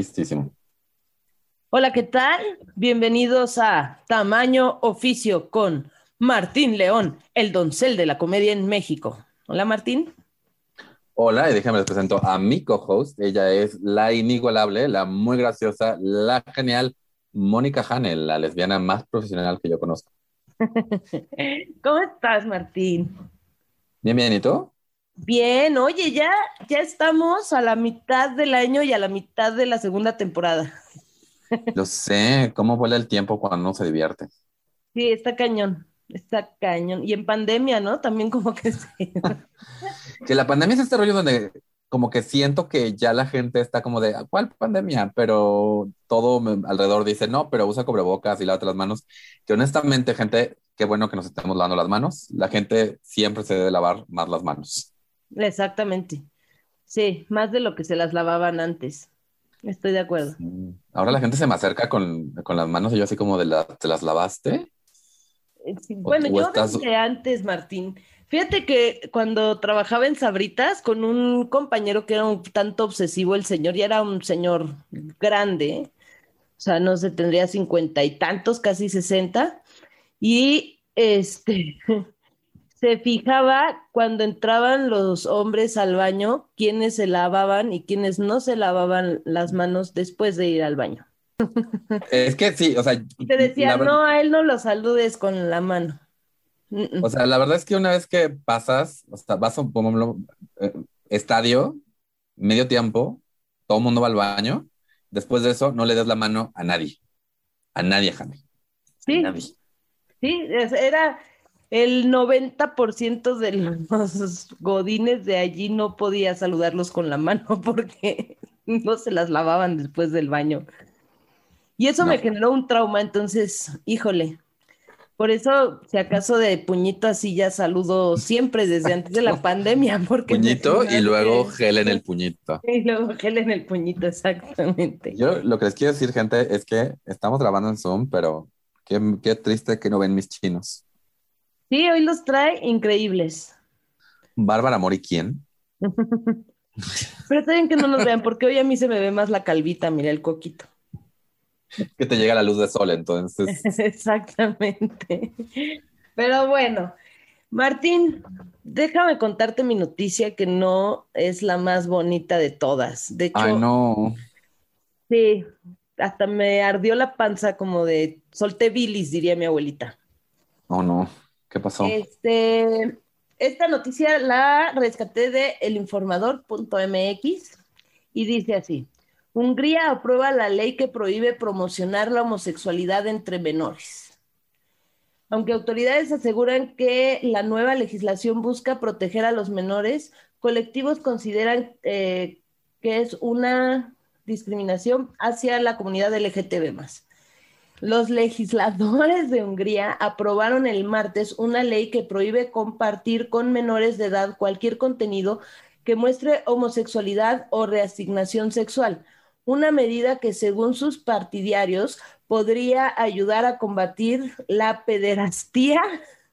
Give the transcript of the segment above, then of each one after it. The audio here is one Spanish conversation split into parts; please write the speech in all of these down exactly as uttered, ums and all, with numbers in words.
Listísimo. Hola, ¿qué tal? Bienvenidos a Tamaño Oficio con Martín León, el doncel de la comedia en México. Hola, Martín. Hola, y déjame les presento a mi co-host. Ella es la inigualable, la muy graciosa, la genial Mónica Hanel, la lesbiana más profesional que yo conozco. ¿Cómo estás, Martín? Bien, bien, ¿y tú? Bien, oye, ya, ya estamos a la mitad del año y a la mitad de la segunda temporada. Yo sé cómo vuela el tiempo cuando uno se divierte. Sí, está cañón, está cañón. Y en pandemia, ¿no? También como que sí. Que la pandemia es este rollo donde como que siento que ya la gente está como de, ¿cuál pandemia? Pero todo me- alrededor dice, no, pero usa cubrebocas y lávate las manos. Que honestamente, gente, qué bueno que nos estemos lavando las manos. La gente siempre se debe lavar más las manos. Exactamente. Sí, más de lo que se las lavaban antes. Estoy de acuerdo. Sí. Ahora la gente se me acerca con, con las manos y yo así como de la, ¿te las lavaste? Eh, sí, ¿O, bueno, o yo estás? desde antes, Martín. Fíjate que cuando trabajaba en Sabritas con un compañero que era un tanto obsesivo, el señor ya era un señor grande, o sea, no sé, tendría cincuenta y tantos, casi sesenta, y este se fijaba cuando entraban los hombres al baño, quiénes se lavaban y quiénes no se lavaban las manos después de ir al baño. Es que sí, o sea, Y te decía, la, ver- no, a él no lo saludes con la mano. Mm, o mm. sea, la verdad es que una vez que pasas, o sea, vas a un por ejemplo, eh, estadio, medio tiempo, todo el mundo va al baño, después de eso no le des la mano a nadie, a nadie, Jaime, a Sí, nadie. sí, es- era el noventa por ciento de los godines de allí no podía saludarlos con la mano porque no se las lavaban después del baño. Y eso me No. generó un trauma, entonces, híjole, por eso, si acaso de puñito así ya saludo siempre desde antes de la pandemia, porque me Puñito y luego madre. gel en el puñito. Y luego gel en el puñito, exactamente. Yo lo que les quiero decir, gente, es que estamos grabando en Zoom, pero qué, qué triste que no ven mis chinos. Sí, hoy los trae increíbles. Bárbara Mori, ¿quién? Pero está bien que no nos vean, porque hoy a mí se me ve más la calvita, mira el coquito. Que te llega la luz de sol, entonces. Exactamente. Pero bueno, Martín, déjame contarte mi noticia que no es la más bonita de todas. De Ay, hecho, no. sí, hasta me ardió la panza como de solté bilis, diría mi abuelita. Oh, no. ¿Qué pasó? Este, esta noticia la rescaté de elinformador punto m x y dice así: Hungría aprueba la ley que prohíbe promocionar la homosexualidad entre menores. Aunque autoridades aseguran que la nueva legislación busca proteger a los menores, colectivos consideran eh, que es una discriminación hacia la comunidad L G T B más. Los legisladores de Hungría aprobaron el martes una ley que prohíbe compartir con menores de edad cualquier contenido que muestre homosexualidad o reasignación sexual, una medida que, según sus partidarios, podría ayudar a combatir la pederastía,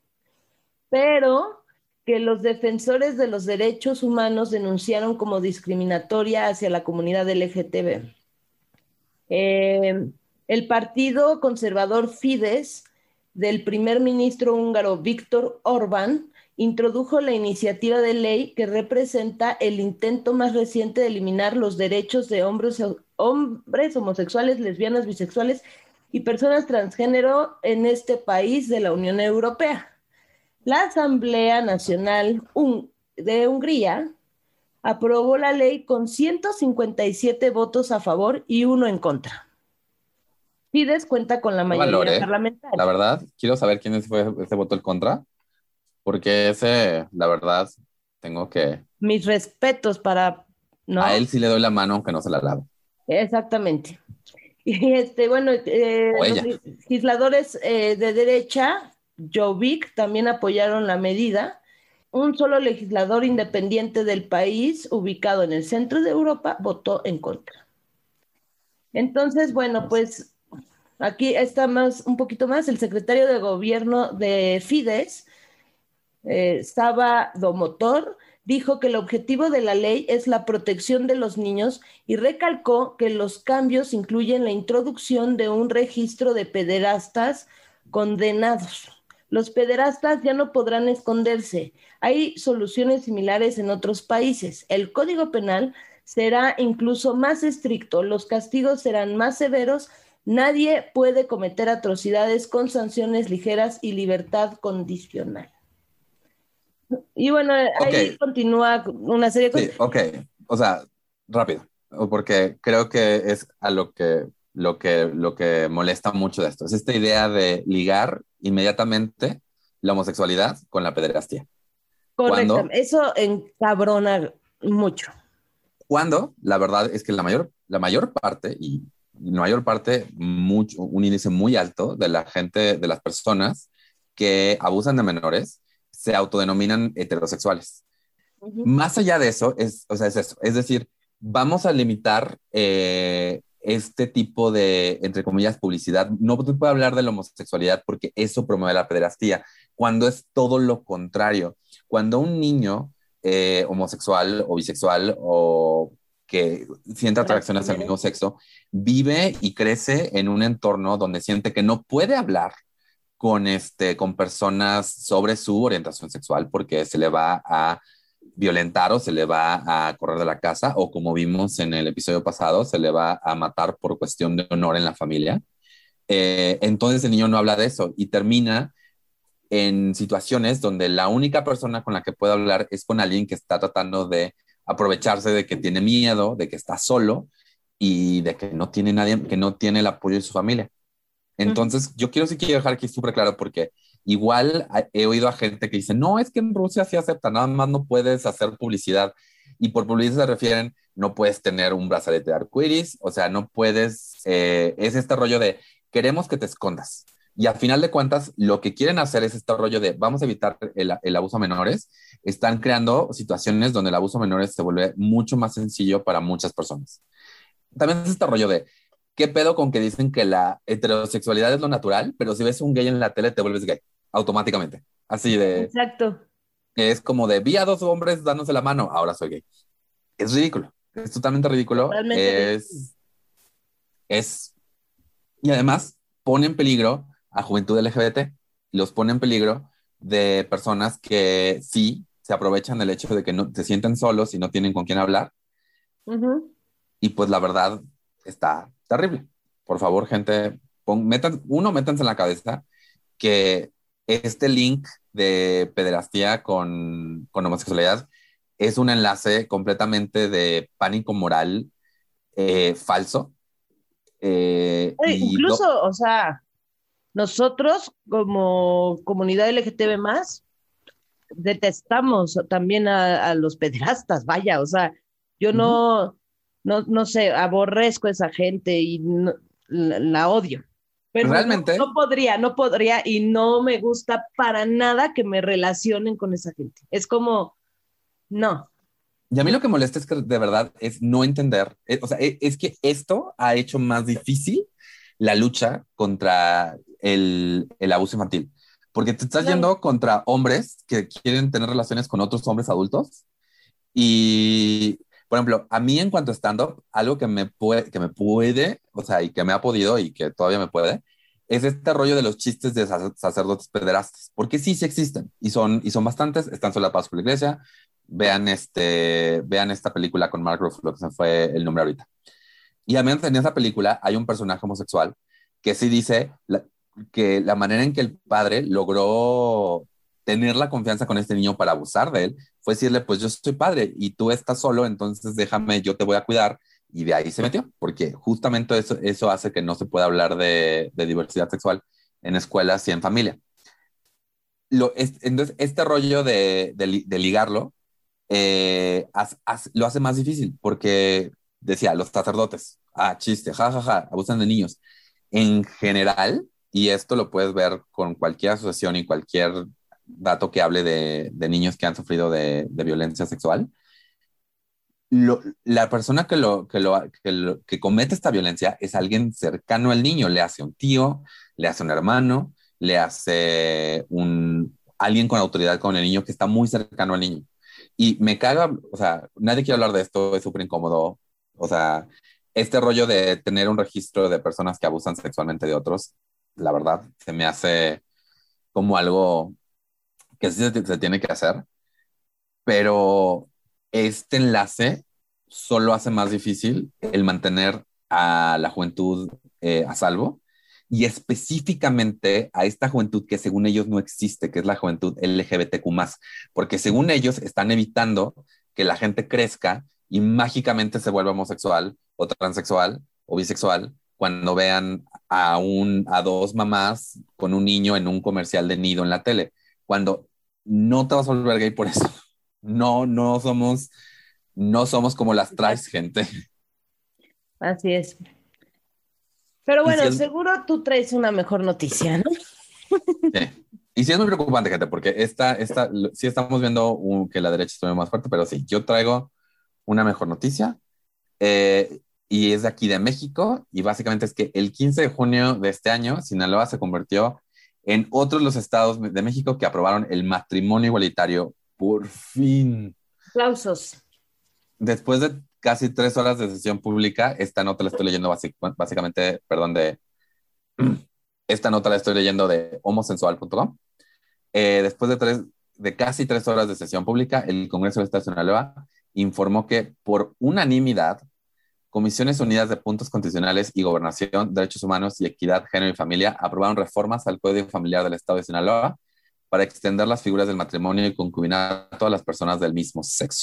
pero que los defensores de los derechos humanos denunciaron como discriminatoria hacia la comunidad L G T B. Eh, el partido conservador Fidesz del primer ministro húngaro Viktor Orbán introdujo la iniciativa de ley que representa el intento más reciente de eliminar los derechos de hombres, hombres homosexuales, lesbianas, bisexuales y personas transgénero en este país de la Unión Europea. La Asamblea Nacional de Hungría aprobó la ley con ciento cincuenta y siete votos a favor y uno en contra. Fidesz cuenta con la Qué valor, mayoría ¿eh? La parlamentaria. verdad, quiero saber quién fue ese voto en contra, porque ese, la verdad, tengo que... Mis respetos para, A ¿no? él sí le doy la mano aunque no se la lave. Exactamente. Y este, bueno, eh, O los ella. legisladores eh, de derecha, Jobbik, también apoyaron la medida. Un solo legislador independiente del país, ubicado en el centro de Europa, votó en contra. Entonces, bueno, pues aquí está más, un poquito más, el secretario de gobierno de Fidesz, eh, Saba Domotor, dijo que el objetivo de la ley es la protección de los niños y recalcó que los cambios incluyen la introducción de un registro de pederastas condenados. Los pederastas ya no podrán esconderse. Hay soluciones similares en otros países. El Código Penal será incluso más estricto, los castigos serán más severos, nadie puede cometer atrocidades con sanciones ligeras y libertad condicional. Y bueno, ahí Ok, continúa una serie de sí, cosas. ok. O sea, rápido, porque creo que es a lo que, lo que, lo que molesta mucho de esto. Es esta idea de ligar inmediatamente la homosexualidad con la pederastía. Correcto, Cuando, eso encabrona mucho. cuando la verdad es que la mayor, la mayor parte, y la mayor parte, mucho, un índice muy alto de la gente, de las personas que abusan de menores, se autodenominan heterosexuales. Uh-huh. Más allá de eso, es, o sea, es eso. Es decir, vamos a limitar eh, este tipo de, entre comillas, publicidad. No se puede hablar de la homosexualidad porque eso promueve la pederastía, cuando es todo lo contrario. Cuando un niño eh, homosexual o bisexual o que siente atracción hacia el mismo sexo, vive y crece en un entorno donde siente que no puede hablar con, este, con personas sobre su orientación sexual porque se le va a violentar o se le va a correr de la casa o como vimos en el episodio pasado, se le va a matar por cuestión de honor en la familia. Eh, entonces el niño no habla de eso y termina en situaciones donde la única persona con la que puede hablar es con alguien que está tratando de aprovecharse de que tiene miedo, de que está solo y de que no tiene nadie, que no tiene el apoyo de su familia. Uh-huh. Entonces, yo quiero sí quiero dejar aquí súper claro porque igual he oído a gente que dice, no, es que en Rusia sí acepta, nada más no puedes hacer publicidad. Y por publicidad se refieren, no puedes tener un brazalete de arcoíris, o sea, no puedes, eh, es este rollo de, queremos que te escondas. Y al final de cuentas, lo que quieren hacer es este rollo de, vamos a evitar el, el abuso a menores. Están creando situaciones donde el abuso a menores se vuelve mucho más sencillo para muchas personas. También es este rollo de, ¿qué pedo con que dicen que la heterosexualidad es lo natural, pero si ves un gay en la tele te vuelves gay automáticamente? Así de, Exacto. es como de, vi a dos hombres dándose la mano, ahora soy gay. Es ridículo, es totalmente ridículo. Totalmente ridículo. Es, es, y además pone en peligro a juventud L G B T, los pone en peligro de personas que sí se aprovechan del hecho de que no se sienten solos y no tienen con quién hablar. Uh-huh. Y pues la verdad está terrible. Por favor, gente, pon, metan, uno, métanse en la cabeza que este link de pederastía con, con homosexualidad es un enlace completamente de pánico moral eh, falso. Eh, Eh, y Incluso, do, o sea, nosotros como comunidad L G T B más, detestamos también a, a los pederastas, vaya, o sea, yo uh-huh. no, no, no sé, aborrezco a esa gente y no- la, la odio, pero no, Realmente, no podría, no podría y no me gusta para nada que me relacionen con esa gente. Es como, no. y a mí lo que molesta es que de verdad es no entender, eh, o sea, eh, es que esto ha hecho más difícil la lucha contra el, el abuso infantil, porque te estás Claro. yendo contra hombres que quieren tener relaciones con otros hombres adultos y, por ejemplo, a mí en cuanto a stand-up, algo que me puede, que me puede, o sea, y que me ha podido y que todavía me puede, es este rollo de los chistes de sac- sacerdotes pederastas, porque sí, sí existen y son, y son bastantes, están solapados por la iglesia. Vean, este, vean esta película con Mark Ruffalo, que se fue el nombre ahorita. Y además en esa película hay un personaje homosexual que sí dice la- que la manera en que el padre logró tener la confianza con este niño para abusar de él fue decirle, pues yo soy padre y tú estás solo, entonces déjame, yo te voy a cuidar. Y de ahí se metió, porque justamente eso, eso hace que no se pueda hablar de, de diversidad sexual en escuelas y en familia. Lo, es, entonces, este rollo de, de, li- de ligarlo eh, haz- haz- lo hace más difícil porque decía, los sacerdotes, ah, chiste, jajaja, ja, ja, abusan de niños. En general, y esto lo puedes ver con cualquier asociación y cualquier dato que hable de, de niños que han sufrido de, de violencia sexual, lo- la persona que, lo, que, lo, que, lo- que comete esta violencia es alguien cercano al niño, le hace un tío, le hace un hermano, le hace un, alguien con autoridad con el niño que está muy cercano al niño. Y me caga, o sea, nadie quiere hablar de esto, es súper incómodo. O sea, este rollo de tener un registro de personas que abusan sexualmente de otros, la verdad, se me hace como algo que sí se, se tiene que hacer, pero este enlace solo hace más difícil el mantener a la juventud eh, a salvo y específicamente a esta juventud que según ellos no existe, que es la juventud L G B T Q más, porque según ellos están evitando que la gente crezca y mágicamente se vuelva homosexual o transexual o bisexual cuando vean a, un, a dos mamás con un niño en un comercial de nido en la tele, cuando no te vas a volver gay por eso. No, no somos, no somos como las traes, gente. Así es. Pero Y si bueno, es, seguro tú traes una mejor noticia, ¿no? sí. Y sí es muy preocupante, gente, porque esta, esta, sí estamos viendo un, que la derecha está más fuerte, pero sí, yo traigo una mejor noticia eh, y es de aquí de México y básicamente es que el quince de junio de este año, Sinaloa se convirtió en otro de los estados de México que aprobaron el matrimonio igualitario por fin. Aplausos. Después de casi tres horas de sesión pública, esta nota la estoy leyendo basic, básicamente, perdón, de esta nota la estoy leyendo de homosensual punto com. Eh, después de, tres, de casi tres horas de sesión pública, el Congreso de Estado de Sinaloa informó que por unanimidad, Comisiones Unidas de Puntos Constitucionales y Gobernación, Derechos Humanos y Equidad, Género y Familia aprobaron reformas al Código Familiar del Estado de Sinaloa para extender las figuras del matrimonio y concubinar a todas las personas del mismo sexo.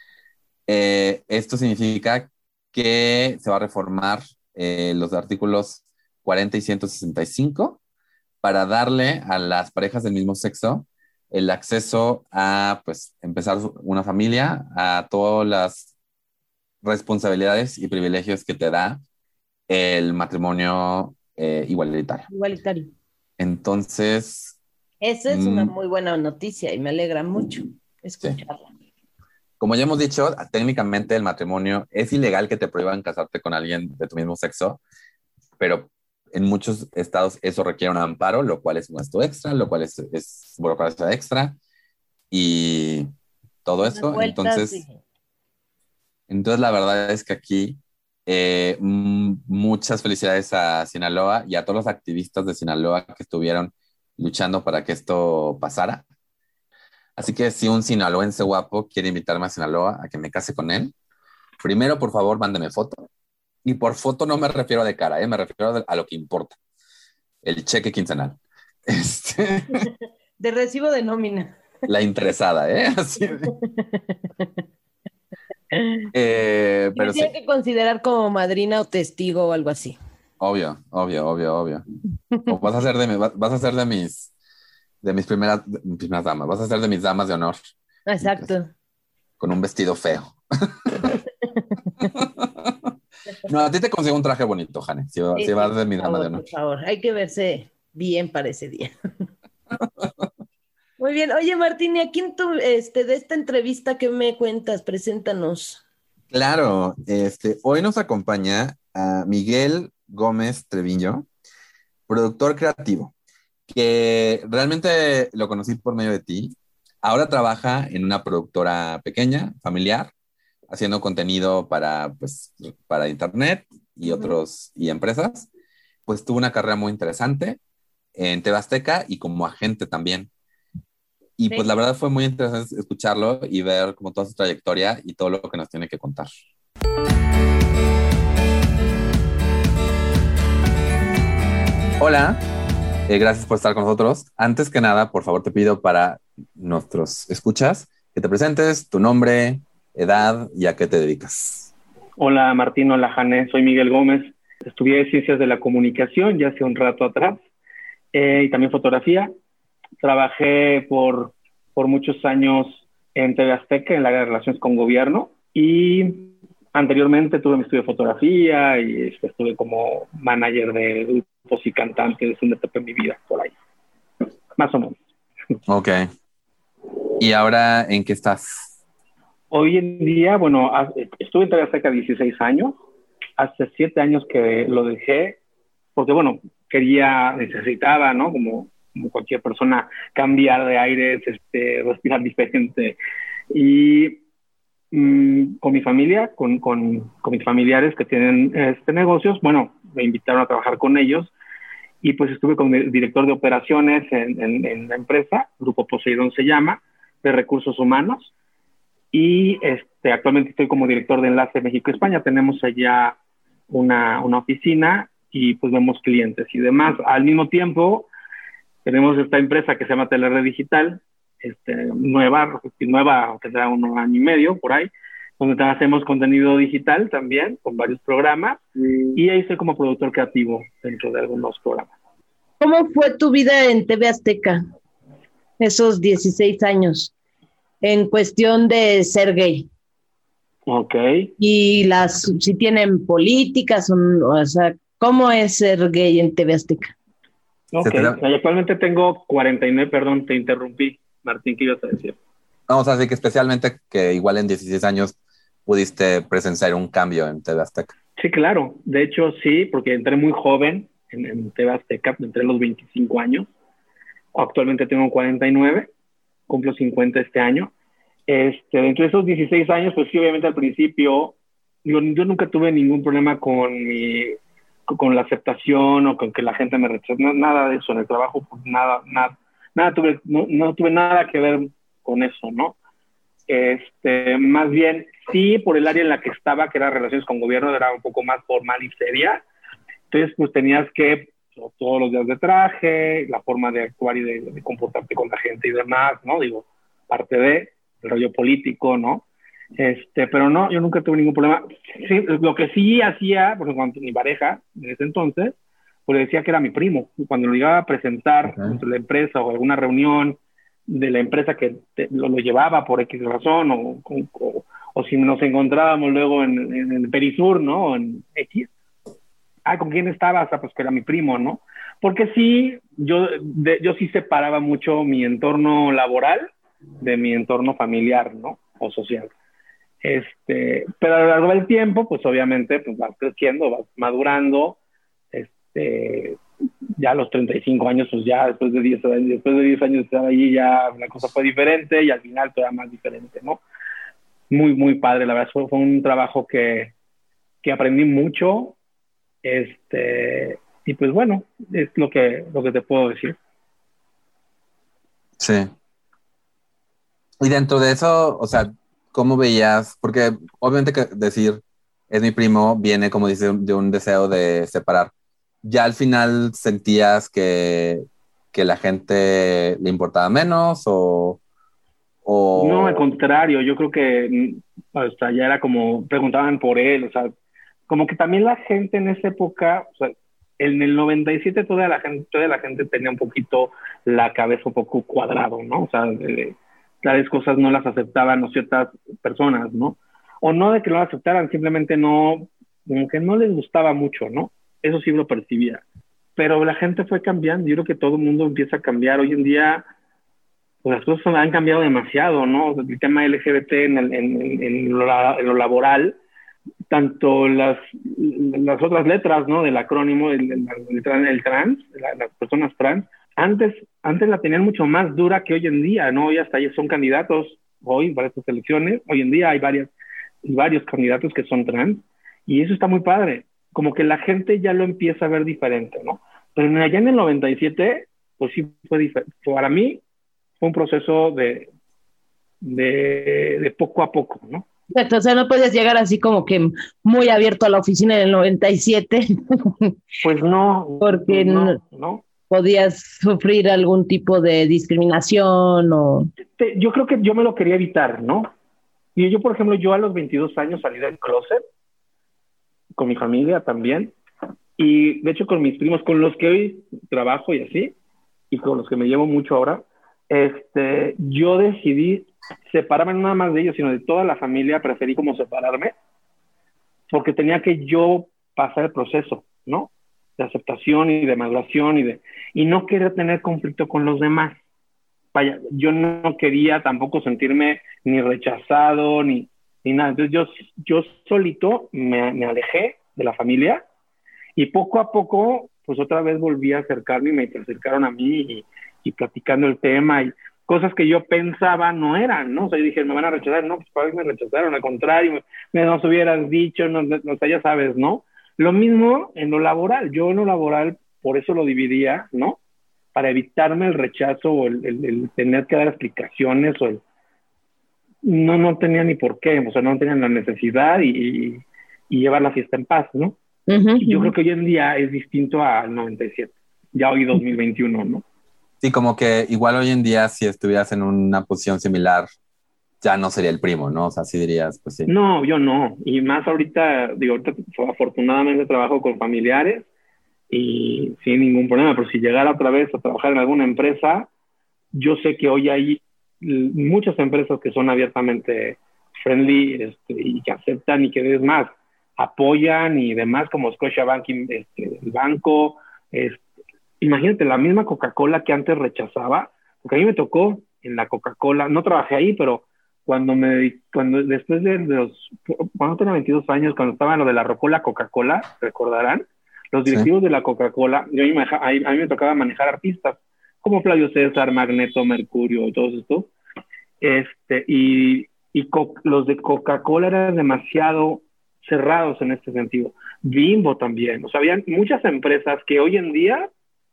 Eh, esto significa que se va a reformar eh, los artículos cuarenta y ciento sesenta y cinco para darle a las parejas del mismo sexo el acceso a, pues, empezar una familia, a todas las responsabilidades y privilegios que te da el matrimonio eh, igualitario. Igualitario. Entonces, Esa es una muy buena noticia y me alegra mucho escucharla. Sí. Como ya hemos dicho, técnicamente el matrimonio es ilegal que te prohíban casarte con alguien de tu mismo sexo, pero en muchos estados eso requiere un amparo, lo cual es un gasto extra, lo cual es, es burocracia extra y todo eso. Vueltas, entonces, sí. entonces, la verdad es que aquí eh, m- muchas felicidades a Sinaloa y a todos los activistas de Sinaloa que estuvieron luchando para que esto pasara. Así que si un sinaloense guapo quiere invitarme a Sinaloa a que me case con él, primero, por favor, mándeme foto. Y por foto no me refiero de cara, ¿eh? Me refiero a lo que importa, el cheque quincenal. Este, De recibo de nómina. la interesada, ¿eh? Así de- Eh, Me pero tiene sí, que considerar como madrina o testigo o algo así. obvio, obvio, obvio, obvio. O vas a ser de, mi- vas vas a ser de mis, de mis primeras, de mis primeras damas, vas a ser de mis damas de honor. Exacto. Con un vestido feo. No, a ti te consigo un traje bonito, Jane. Si, Sí, si sí, vas de por mi dama de favor, honor. por favor. Hay que verse bien para ese día. Muy bien. Oye, Martín, ¿y a quién tú, este, de esta entrevista que me cuentas? Preséntanos. Claro, este, hoy nos acompaña a Miguel Gómez Treviño, productor creativo, que realmente lo conocí por medio de ti. Ahora trabaja en una productora pequeña, familiar, haciendo contenido para, pues, para internet y Ujú. otros y empresas. Pues tuvo una carrera muy interesante en T V Azteca y como agente también. Y pues Sí. la verdad fue muy interesante escucharlo y ver como toda su trayectoria y todo lo que nos tiene que contar. Hola, eh, gracias por estar con nosotros. Antes que nada, por favor, te pido para nuestros escuchas que te presentes tu nombre, edad y a qué te dedicas. Hola Martín, hola Jane, soy Miguel Gómez. Estudié Ciencias de la Comunicación ya hace un rato atrás eh, y también fotografía. Trabajé por, por muchos años en T V Azteca en el área de relaciones con gobierno y anteriormente tuve mi estudio de fotografía y estuve como manager de grupos y cantantes. Es una etapa en mi vida por ahí, más o menos. Ok. ¿Y ahora en qué estás? Hoy en día, bueno, estuve en T V Azteca dieciséis años. Hace siete años que lo dejé porque, bueno, quería, necesitaba, ¿no? Como, como cualquier persona, cambiar de aires, este, respirar diferente. Y mmm, con mi familia, con, con, con mis familiares que tienen este negocios, bueno, me invitaron a trabajar con ellos y pues estuve con el director de operaciones en, en, en la empresa, Grupo Poseidón se llama, de recursos humanos, y este, actualmente estoy como director de Enlace México-España. Tenemos allá una, una oficina y pues vemos clientes y demás. Al mismo tiempo, tenemos esta empresa que se llama Telered Digital, este, nueva, nueva, tendrá un año y medio por ahí, donde hacemos contenido digital también, con varios programas, y ahí estoy como productor creativo dentro de algunos programas. ¿Cómo fue tu vida en T V Azteca, esos dieciséis años, en cuestión de ser gay? Ok. Y las, si tienen políticas, o, o sea, ¿cómo es ser gay en T V Azteca? Ok, y actualmente tengo cuarenta y nueve, perdón, te interrumpí, Martín, ¿qué ibas a decir? Vamos a decir que especialmente que igual en dieciséis años pudiste presenciar un cambio en T V Azteca. Sí, claro, de hecho sí, porque entré muy joven en, en T V Azteca, entré a los veinticinco años, actualmente tengo cuarenta y nueve, cumplo cincuenta este año. Este, dentro de esos dieciséis años, pues sí, obviamente al principio, yo, yo nunca tuve ningún problema con mi, con la aceptación o con que la gente me rechace, no, nada de eso en el trabajo, pues nada, nada, nada tuve, no, no tuve nada que ver con eso, ¿no? Este, más bien, sí, por el área en la que estaba, que era relaciones con gobierno, era un poco más formal y seria, entonces pues tenías que, todos los días de traje, la forma de actuar y de, de comportarte con la gente y demás, ¿no? Digo, parte de el rollo político, ¿no? Este, pero no, yo nunca tuve ningún problema. Sí, lo que sí hacía, porque cuando mi pareja, en ese entonces, pues le decía que era mi primo. Cuando lo llegaba a presentar okay. entre la empresa o alguna reunión de la empresa que te, lo, lo llevaba por X razón, o, o, o si nos encontrábamos luego en, en el Perisur, ¿no? O en X. Ah, ¿con quién estabas? Ah, pues que era mi primo, ¿no? Porque sí, yo, de, yo sí separaba mucho mi entorno laboral de mi entorno familiar, ¿no? O social. Este, pero a lo largo del tiempo, pues obviamente, pues vas creciendo, vas madurando, este, ya a los treinta y cinco años, pues ya después de diez años, después de diez años de estar allí, ya la cosa fue diferente y al final todavía más diferente, ¿no? Muy, muy padre, la verdad, fue, fue un trabajo que, que aprendí mucho, este, y pues bueno, es lo que, lo que te puedo decir. Sí. Y dentro de eso, o sea, ¿cómo veías? Porque obviamente que decir es mi primo viene, como dice, de un deseo de separar. ¿Ya al final sentías que, que la gente le importaba menos o, o...? No, al contrario, yo creo que o sea, ya era como, preguntaban por él, o sea, como que también la gente en esa época, o sea, en el noventa y siete toda la gente, toda la gente tenía un poquito la cabeza un poco cuadrado, ¿no? O sea, de, tales cosas no las aceptaban o ciertas personas, ¿no? O no de que no las aceptaran, simplemente no, como que no les gustaba mucho, ¿no? Eso sí lo percibía. Pero la gente fue cambiando, yo creo que todo el mundo empieza a cambiar. Hoy en día, pues las cosas han cambiado demasiado, ¿no? El tema L G B T en, el, en, en, en, lo, en lo laboral, tanto las, las otras letras, ¿no? Del acrónimo, el, el, el, el trans, la, las personas trans, antes, antes la tenían mucho más dura que hoy en día, ¿no? Hoy hasta ellos son candidatos, hoy para estas elecciones, hoy en día hay varias, varios candidatos que son trans, y eso está muy padre, como que la gente ya lo empieza a ver diferente, ¿no? Pero allá en el noventa y siete, pues sí fue diferente. Para mí fue un proceso de, de, de poco a poco, ¿no? O sea, no podías llegar así como que muy abierto a la oficina en el noventa y siete. Pues no. Porque no, no. podías sufrir algún tipo de discriminación o... Yo creo que yo me lo quería evitar, ¿no? Y yo, por ejemplo, yo a los veintidós años salí del closet, con mi familia también, y de hecho con mis primos, con los que hoy trabajo y así, y con los que me llevo mucho ahora, este, yo decidí separarme no nada más de ellos, sino de toda la familia. Preferí como separarme, porque tenía que yo pasar el proceso, ¿no? De aceptación y de maduración y de y no querer tener conflicto con los demás. Vaya, yo no quería tampoco sentirme ni rechazado ni, ni nada. Entonces yo, yo solito me, me alejé de la familia y poco a poco, pues otra vez volví a acercarme y me acercaron a mí y, y platicando el tema y cosas que yo pensaba no eran, ¿no? O sea, yo dije, me van a rechazar, no, pues para mí me rechazaron, al contrario, me, me nos hubieras dicho, no, no, o sea, ya sabes, ¿no? Lo mismo en lo laboral, yo en lo laboral, por eso lo dividía, ¿no? Para evitarme el rechazo o el, el, el tener que dar explicaciones o el... No, no tenía ni por qué, o sea, no tenían la necesidad y, y llevar la fiesta en paz, ¿no? Uh-huh. Yo creo que hoy en día es distinto al noventa y siete, ya hoy dos mil veintiuno, ¿no? Sí, como que igual hoy en día si estuvieras en una posición similar, ya no sería el primo, ¿no? O sea, sí dirías, pues sí. No, yo no, y más ahorita, digo, ahorita afortunadamente trabajo con familiares y sin ningún problema, pero si llegara otra vez a trabajar en alguna empresa, yo sé que hoy hay muchas empresas que son abiertamente friendly este, y que aceptan y que es más, apoyan y demás, como Scotiabank, este, el banco. Este, imagínate, la misma Coca-Cola que antes rechazaba, porque a mí me tocó en la Coca-Cola, no trabajé ahí, pero cuando me, cuando después de los, cuando tenía veintidós años, cuando estaba en lo de la Rocola Coca-Cola, recordarán, los directivos sí. de la Coca-Cola, yo me, a, mí, a mí me tocaba manejar artistas, como Flavio César, Magneto, Mercurio y todo esto, este, y, y co- los de Coca-Cola eran demasiado cerrados en este sentido. Bimbo también, o sea, había muchas empresas que hoy en día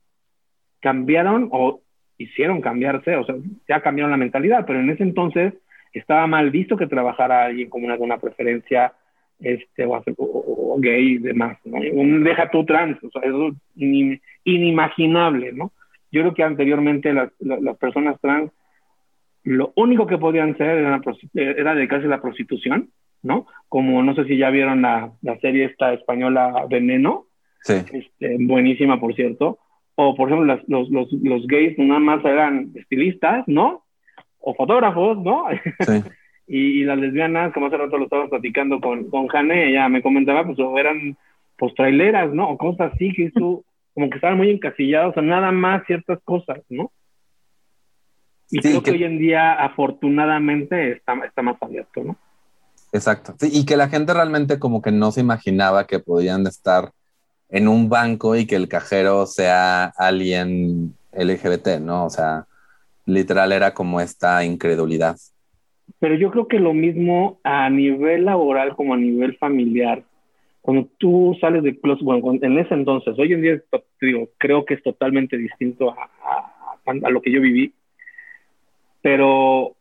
cambiaron o hicieron cambiarse, o sea, ya cambiaron la mentalidad, pero en ese entonces estaba mal visto que trabajara alguien con una, una preferencia este, o, o, o gay y demás, ¿no? Un deja tú trans, o sea, eso es in, inimaginable, ¿no? Yo creo que anteriormente las, las personas trans lo único que podían hacer era, era dedicarse a la prostitución, ¿no? Como no sé si ya vieron la, la serie esta española Veneno, sí. este, buenísima por cierto, o por ejemplo las, los, los, los gays nada más eran estilistas, ¿no? O fotógrafos, ¿no? Sí. y, y las lesbianas, como hace rato lo estábamos platicando con, con Jane, ella me comentaba, pues o eran pues traileras, ¿no? O cosas así, que eso, como que estaban muy encasillados a nada más ciertas cosas, ¿no? Y sí, creo que, que hoy en día, afortunadamente, está, está más abierto, ¿no? Exacto. Sí, y que la gente realmente como que no se imaginaba que podían estar en un banco y que el cajero sea alguien L G B T, ¿no? O sea, literal era como esta incredulidad. Pero yo creo que lo mismo a nivel laboral como a nivel familiar. Cuando tú sales de closet, bueno, en ese entonces, hoy en día, te digo, creo que es totalmente distinto a, a, a lo que yo viví. Pero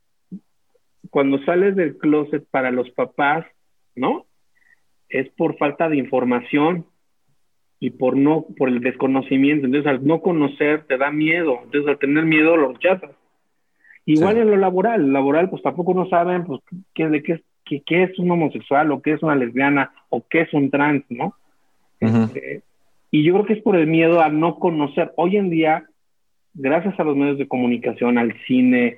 cuando sales del closet para los papás, ¿no? Es por falta de información y por no, por el desconocimiento. Entonces, al no conocer, te da miedo. Entonces, al tener miedo, lo rechazas. Igual sí. En lo laboral. El laboral, pues tampoco no saben, pues, qué, de qué, qué, qué es un homosexual, o qué es una lesbiana, o qué es un trans, ¿no? Uh-huh. Este, y yo creo que es por el miedo a no conocer. Hoy en día, gracias a los medios de comunicación, al cine,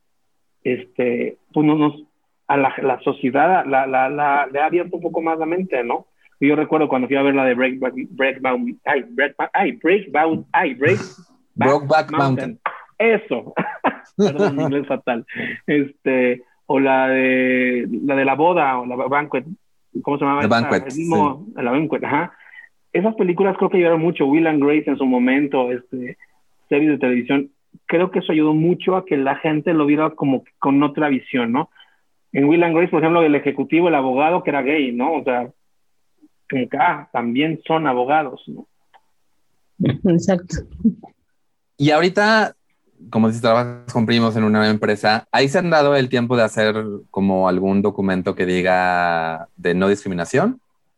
este, pues no nos, a la, la sociedad la, la, la, le ha abierto un poco más la mente, ¿no? Y yo recuerdo cuando fui a ver la de Break, Break, Break, ay, Break, ay, Break, ay, Break, Brokeback Mountain. Mountain. Eso, perdón, mi inglés fatal. Este, o la de la de la boda, o la banquet, ¿cómo se llamaba? The Banquet, el mismo, sí. La banquet, ajá. Esas películas creo que ayudaron mucho. Will and Grace en su momento, este, series de televisión. Creo que eso ayudó mucho a que la gente lo viera como con otra visión, ¿no? En Will and Grace, por ejemplo, el ejecutivo, el abogado que era gay, ¿no? O sea, como que, ah, también son abogados, ¿no? Exacto. Y ahorita, como si trabajas con primos en una empresa, ¿ahí se han dado el tiempo de hacer como algún documento que diga de no discriminación?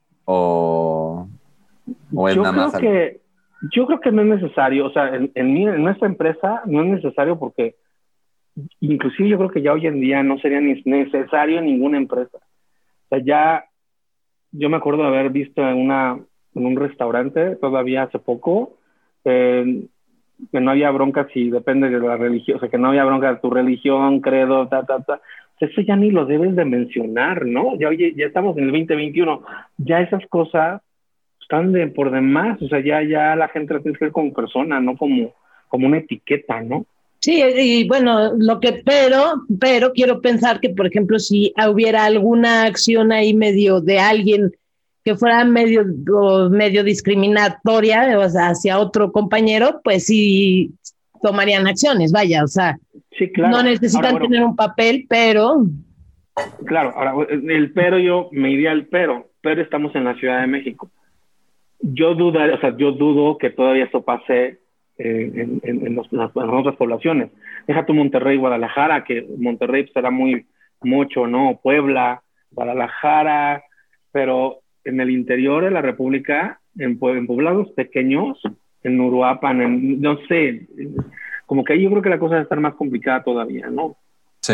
¿O, o es yo nada creo más que algo? Yo creo que no es necesario, o sea, en, en, mi, en nuestra empresa no es necesario porque inclusive yo creo que ya hoy en día no sería ni necesario en ninguna empresa. O sea, ya yo me acuerdo de haber visto en, una, en un restaurante todavía hace poco eh, que no había bronca si depende de la religión, o sea, que no había bronca de tu religión, credo, ta, ta, ta. Eso ya ni lo debes de mencionar, ¿no? Ya, oye, ya estamos en el veinte veintiuno, ya esas cosas están de por demás, o sea, ya, ya la gente la tiene que ver como persona, no como, como una etiqueta, ¿no? Sí, y bueno, lo que, pero, pero quiero pensar que, por ejemplo, si hubiera alguna acción ahí medio de alguien que fuera medio, medio discriminatoria, o sea, hacia otro compañero, pues sí, tomarían acciones, vaya, o sea, sí, claro. No necesitan ahora, bueno, tener un papel, pero... Claro, ahora, el pero yo me iría al pero, pero estamos en la Ciudad de México. Yo duda, o sea, yo dudo que todavía esto pase eh, en, en, en, los, en, las, en las otras poblaciones. Deja tu Monterrey, Guadalajara, que Monterrey pues, será muy mucho, ¿no? Puebla, Guadalajara, pero en el interior de la República, en, en poblados pequeños, en Uruapan, en, no sé, como que ahí yo creo que la cosa va a estar más complicada todavía, ¿no? Sí.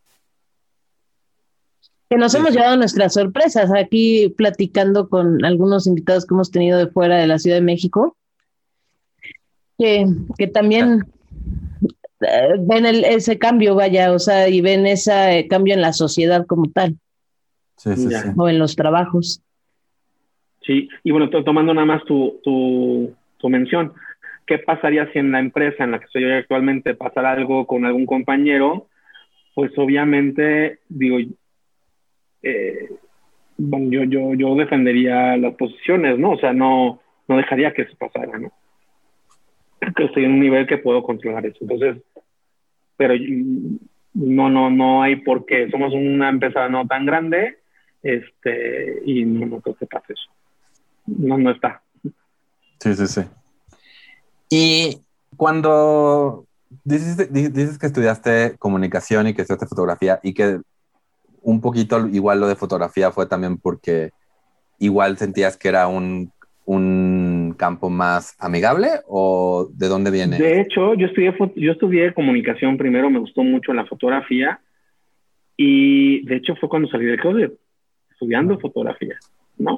Que nos sí, hemos sí. llevado nuestras sorpresas aquí platicando con algunos invitados que hemos tenido de fuera de la Ciudad de México, que, que también eh, ven el, ese cambio, vaya, o sea, y ven ese eh, cambio en la sociedad como tal. Sí, sí, sí. O en los trabajos. Sí, y bueno, to tomando nada más tu, tu, tu mención, ¿qué pasaría si en la empresa en la que estoy yo actualmente pasara algo con algún compañero? Pues obviamente, digo, eh, bueno, yo, yo, yo defendería las posiciones, ¿no? O sea, no, no dejaría que eso pasara, ¿no? Que estoy en un nivel que puedo controlar eso. Entonces, pero no, no, no hay por qué. Somos una empresa no tan grande, este, y no, no creo que pase eso. No, no está. Sí, sí, sí. Y cuando dices, dices que estudiaste comunicación y que estudiaste fotografía y que un poquito igual lo de fotografía fue también porque igual sentías que era un, un campo más amigable, ¿o de dónde viene? De hecho, yo estudié, yo estudié comunicación primero, me gustó mucho la fotografía y de hecho fue cuando salí del closet, estudiando fotografía, ¿no?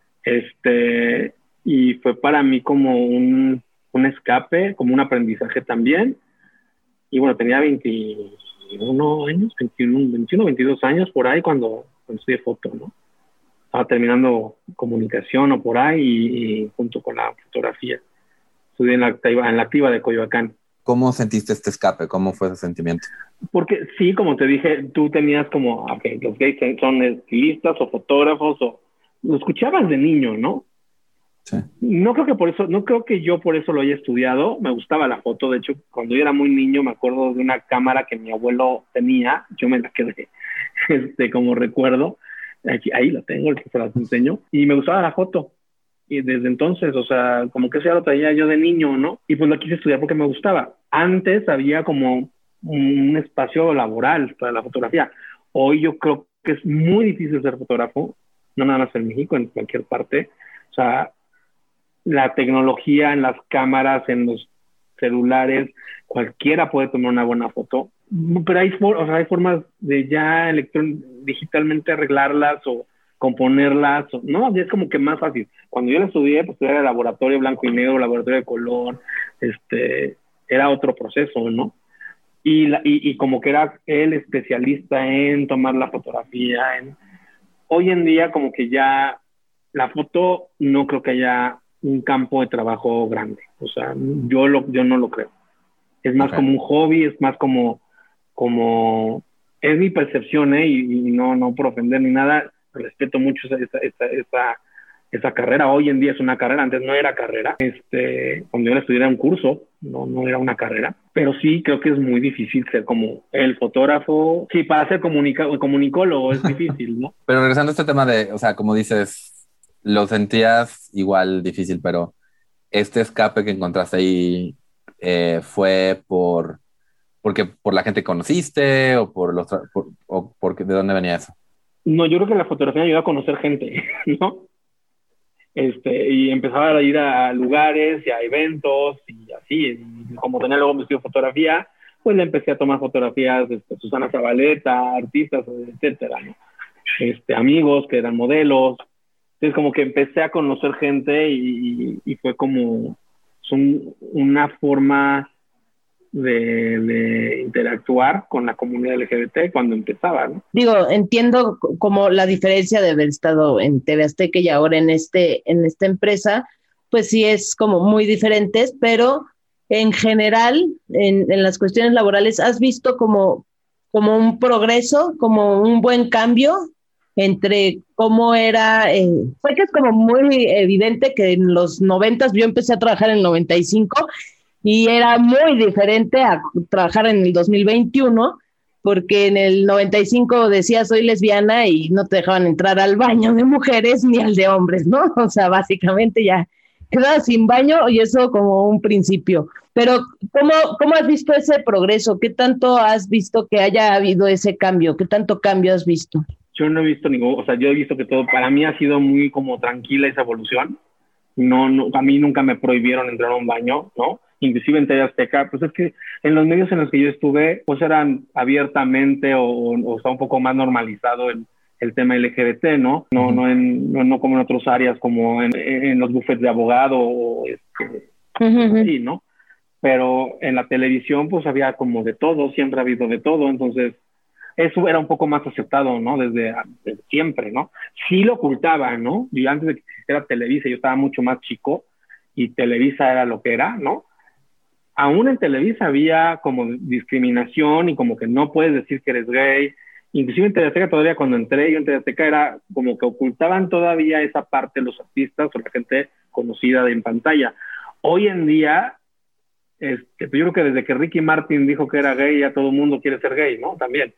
Este, y fue para mí como un, un escape, como un aprendizaje también. Y bueno, tenía veintiuno años, veintiuno, veintiuno, veintidós años por ahí cuando, cuando estudié foto, ¿no? Estaba terminando comunicación o por ahí y, y junto con la fotografía. Estudié en la, en la activa de Coyoacán. ¿Cómo sentiste este escape? ¿Cómo fue ese sentimiento? Porque sí, como te dije, tú tenías como, okay, los gays son estilistas o fotógrafos o lo escuchabas de niño, ¿no? Sí. No creo que por eso, no creo que yo por eso lo haya estudiado. Me gustaba la foto. De hecho, cuando yo era muy niño, me acuerdo de una cámara que mi abuelo tenía. Yo me la quedé, este, como recuerdo. Aquí, ahí la tengo, se las enseño. Y me gustaba la foto. Y desde entonces, o sea, como que eso ya lo traía yo de niño, ¿no? Y pues lo quise estudiar porque me gustaba. Antes había como un espacio laboral para la fotografía. Hoy yo creo que es muy difícil ser fotógrafo. No nada más en México, en cualquier parte. O sea, la tecnología en las cámaras, en los celulares, cualquiera puede tomar una buena foto, pero hay, for o sea, hay formas de ya digitalmente arreglarlas o componerlas, o, no, es como que más fácil. Cuando yo la estudié, pues era laboratorio blanco y negro, laboratorio de color, este, era otro proceso, ¿no? Y, la, y, y como que era el especialista en tomar la fotografía. En... Hoy en día como que ya la foto no creo que haya un campo de trabajo grande. O sea, yo, lo, yo no lo creo. Es más okay. como un hobby, es más como, como es mi percepción, ¿eh? Y, y no, no por ofender ni nada, respeto mucho esa, esa, esa, esa, esa carrera. Hoy en día es una carrera, antes no era carrera. Este, cuando yo la estudié era un curso, no, no era una carrera. Pero sí creo que es muy difícil ser como el fotógrafo. Sí, para ser comunica comunicólogo es difícil, ¿no? Pero regresando a este tema de, o sea, como dices, lo sentías igual difícil, pero este escape que encontraste ahí eh, fue por porque por la gente que conociste o por los por, o porque de dónde venía eso. No, yo creo que la fotografía me ayudó a conocer gente, ¿no? Este, y empezaba a ir a lugares y a eventos y así, y como tenía luego mi estudio de fotografía, pues le empecé a tomar fotografías de este, Susana Zabaleta, artistas, etcétera, ¿no? Este, amigos que eran modelos. Entonces como que empecé a conocer gente y, y fue como un, una forma de, de interactuar con la comunidad L G B T cuando empezaba, ¿no? Digo, entiendo como la diferencia de haber estado en T V Azteca y ahora en, este, en esta empresa, pues sí es como muy diferentes, pero en general, en, en las cuestiones laborales, ¿has visto como, como un progreso, como un buen cambio entre cómo era, eh, fue que es como muy evidente que en los noventas, yo empecé a trabajar en el noventa y cinco Y era muy diferente a trabajar en el dos mil veintiuno, porque en el noventa y cinco decías soy lesbiana y no te dejaban entrar al baño de mujeres ni al de hombres, ¿no? O sea, básicamente ya quedabas sin baño y eso como un principio. Pero ¿cómo, cómo has visto ese progreso? ¿Qué tanto has visto que haya habido ese cambio? ¿Qué tanto cambio has visto? Yo no he visto ningún, o sea, yo he visto que todo, para mí ha sido muy como tranquila esa evolución. No, no, a mí nunca me prohibieron entrar a un baño, ¿no? Inclusive en T V Azteca, pues es que en los medios en los que yo estuve, pues eran abiertamente o, o está un poco más normalizado el, el tema L G B T, ¿no? No, uh-huh. no, en, no, no como en otras áreas, como en, en los bufetes de abogado o este, uh-huh. así, ¿no? Pero en la televisión, pues había como de todo, siempre ha habido de todo, entonces eso era un poco más aceptado, ¿no? Desde, desde siempre, ¿no? Sí lo ocultaban, ¿no? Yo antes de que existiera Televisa, yo estaba mucho más chico y Televisa era lo que era, ¿no? Aún en Televisa había como discriminación y como que no puedes decir que eres gay. Inclusive en T V Azteca todavía cuando entré, yo en T V Azteca era como que ocultaban todavía esa parte los artistas o la gente conocida de en pantalla. Hoy en día, este, yo creo que desde que Ricky Martin dijo que era gay, ya todo el mundo quiere ser gay, ¿no? También.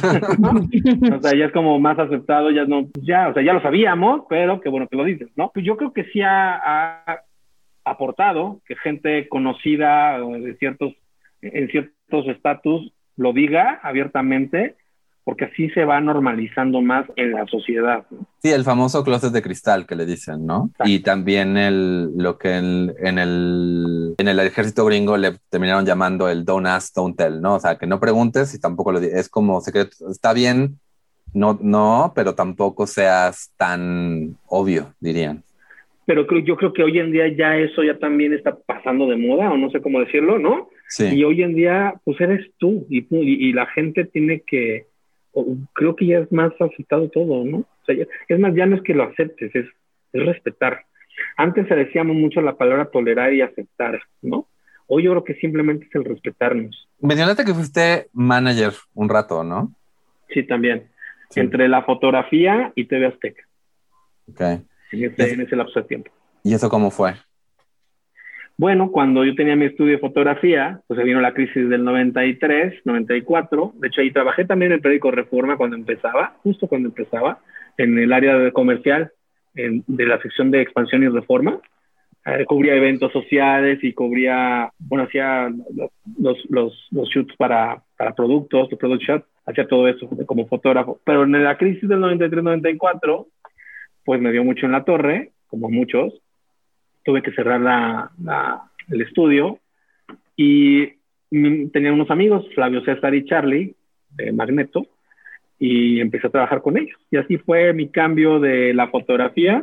O sea, ya es como más aceptado, ya no, ya, o sea, ya lo sabíamos, pero qué bueno que lo dices, ¿no? Pues yo creo que sí ha, ha aportado que gente conocida de ciertos, en ciertos estatus lo diga abiertamente, porque así se va normalizando más en la sociedad, ¿no? Sí, el famoso closet de cristal que le dicen, ¿no? Exacto. Y también el, lo que el, en, el, en el ejército gringo le terminaron llamando el don't ask, don't tell, ¿no? O sea, que no preguntes y tampoco lo digas. Es como secreto. Está bien, no, no, pero tampoco seas tan obvio, dirían. Pero creo, yo creo que hoy en día ya eso ya también está pasando de moda, o no sé cómo decirlo, ¿no? Sí. Y hoy en día, pues eres tú, y, y, y la gente tiene que, creo que ya es más aceptado todo, ¿no? O sea, ya, es más, ya no es que lo aceptes, es, es respetar. Antes se decíamos mucho la palabra tolerar y aceptar, ¿no? Hoy yo creo que simplemente es el respetarnos. Mencionaste que fuiste manager un rato, ¿no? Sí, también. Sí. Entre la fotografía y T V Azteca. Ok. En ese, en ese lapso de tiempo. ¿Y eso cómo fue? Bueno, cuando yo tenía mi estudio de fotografía, pues se vino la crisis del noventa y tres, noventa y cuatro. De hecho, ahí trabajé también en el periódico Reforma cuando empezaba, justo cuando empezaba, en el área de comercial, en, de la sección de expansión y reforma. Eh, cubría eventos sociales y cubría, bueno, hacía los, los, los shoots para, para productos, los product shots, hacía todo eso como fotógrafo. Pero en la crisis del noventa y tres, noventa y cuatro, pues me dio mucho en la torre, como muchos. Tuve que cerrar la, la, el estudio y tenía unos amigos, Flavio César y Charlie, de Magneto, y empecé a trabajar con ellos. Y así fue mi cambio de la fotografía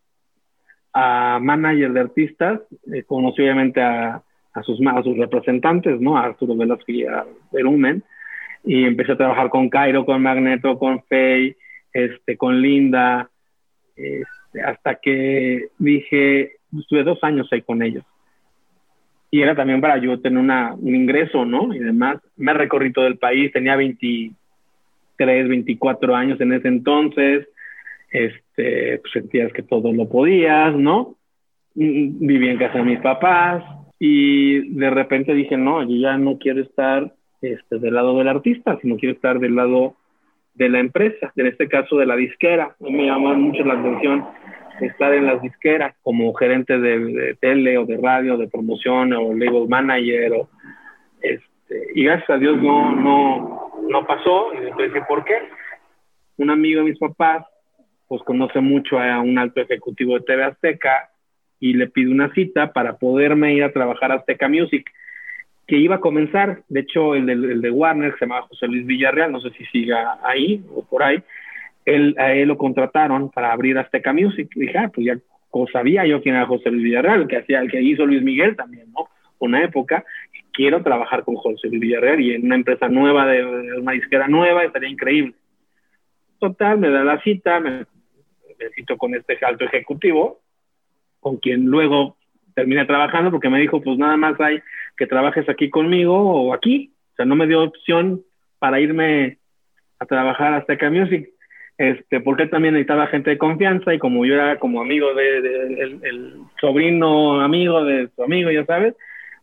a manager de artistas. Eh, conocí obviamente a, a, sus, a sus representantes, ¿no? A Arturo Velasco y a Berumen, y empecé a trabajar con Cairo, con Magneto, con Faye, este, con Linda, este, hasta que dije, estuve dos años ahí con ellos. Y era también para yo tener una, un ingreso, ¿no? Y demás. Me recorrí todo el país, tenía veintitrés, veinticuatro años en ese entonces. Este, pues sentías que todo lo podías, ¿no? Viví en casa de mis papás y de repente dije, no, yo ya no quiero estar este, del lado del artista, sino quiero estar del lado de la empresa, en este caso de la disquera. A mí me llamó mucho la atención estar en las disqueras como gerente de, de tele o de radio, de promoción o label manager. O, este, y gracias a Dios no, no, no pasó. Y entonces dije, ¿por qué? Un amigo de mis papás pues conoce mucho a un alto ejecutivo de T V Azteca y le pide una cita para poderme ir a trabajar a Azteca Music, que iba a comenzar. De hecho, el de, el de Warner, que se llamaba José Luis Villarreal, no sé si siga ahí o por ahí, él, a él lo contrataron para abrir Azteca Music. Y dije, ah, pues ya sabía yo quién era José Luis Villarreal, el que, hacía, el que hizo Luis Miguel también, ¿no? Una época, quiero trabajar con José Luis Villarreal y en una empresa nueva, de, de una disquera nueva, estaría increíble. Total, me da la cita, me, me cito con este alto ejecutivo, con quien luego terminé trabajando, porque me dijo, pues nada más hay que trabajes aquí conmigo o aquí. O sea, no me dio opción para irme a trabajar a Azteca Music, este, porque él también necesitaba gente de confianza, y como yo era como amigo de, de el, el sobrino amigo de su amigo, ya sabes,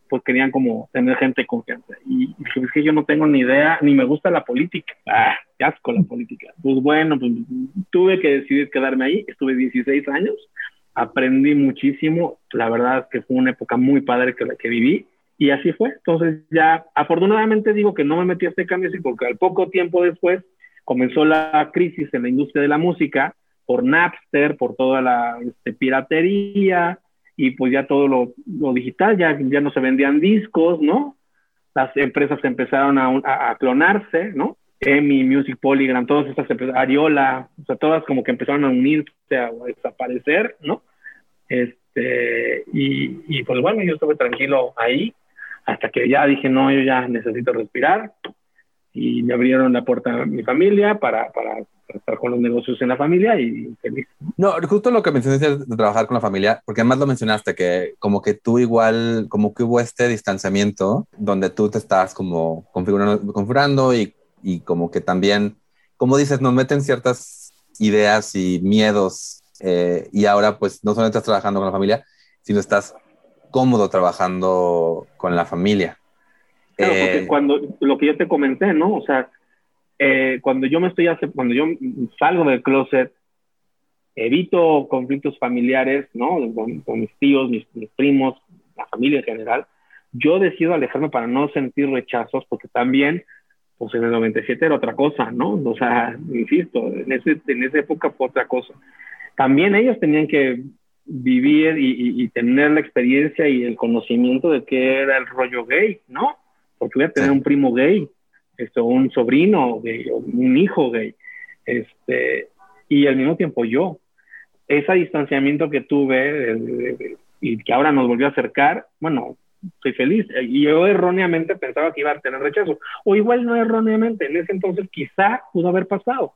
pues querían como tener gente de confianza. Y dije, es que yo no tengo ni idea, ni me gusta la política. Ah, qué asco la política. Pues bueno, pues tuve que decidir quedarme ahí. Estuve dieciséis años, aprendí muchísimo. La verdad es que fue una época muy padre que la que viví. Y así fue. Entonces ya, afortunadamente digo que no me metí a este cambio, sí, porque al poco tiempo después comenzó la crisis en la industria de la música, por Napster, por toda la este, piratería, y pues ya todo lo, lo digital, ya, ya no se vendían discos, ¿no? Las empresas empezaron a, a, a clonarse, ¿no? EMI, Music Polygram, todas estas empresas, Ariola, o sea, todas como que empezaron a unirse, a, a desaparecer, ¿no? Este, y, y pues bueno, yo estuve tranquilo ahí, hasta que ya dije, no, yo ya necesito respirar, y me abrieron la puerta a mi familia para, para, para estar con los negocios en la familia y feliz. No, justo lo que mencionaste de trabajar con la familia, porque además lo mencionaste, que como que tú igual, como que hubo este distanciamiento donde tú te estás como configurando, configurando y, y como que también, como dices, nos meten ciertas ideas y miedos eh, y ahora pues no solamente estás trabajando con la familia, sino estás cómodo trabajando con la familia. Claro, porque Eh, cuando, lo que yo te comenté, ¿no? O sea, eh, cuando yo me estoy hace, cuando yo salgo del closet, evito conflictos familiares, ¿no? Con, con mis tíos, mis, mis primos, la familia en general. Yo decido alejarme para no sentir rechazos, porque también, pues en el noventa y siete era otra cosa, ¿no? O sea, insisto, en, ese, en esa época fue otra cosa. También ellos tenían que vivir y, y, y tener la experiencia y el conocimiento de qué era el rollo gay, ¿no? Porque voy a tener sí. un primo gay, esto, un sobrino gay, un hijo gay, este, y al mismo tiempo yo. Ese distanciamiento que tuve eh, eh, y que ahora nos volvió a acercar, bueno, soy feliz. Y yo erróneamente pensaba que iba a tener rechazo. O igual no erróneamente, en ese entonces quizá pudo haber pasado.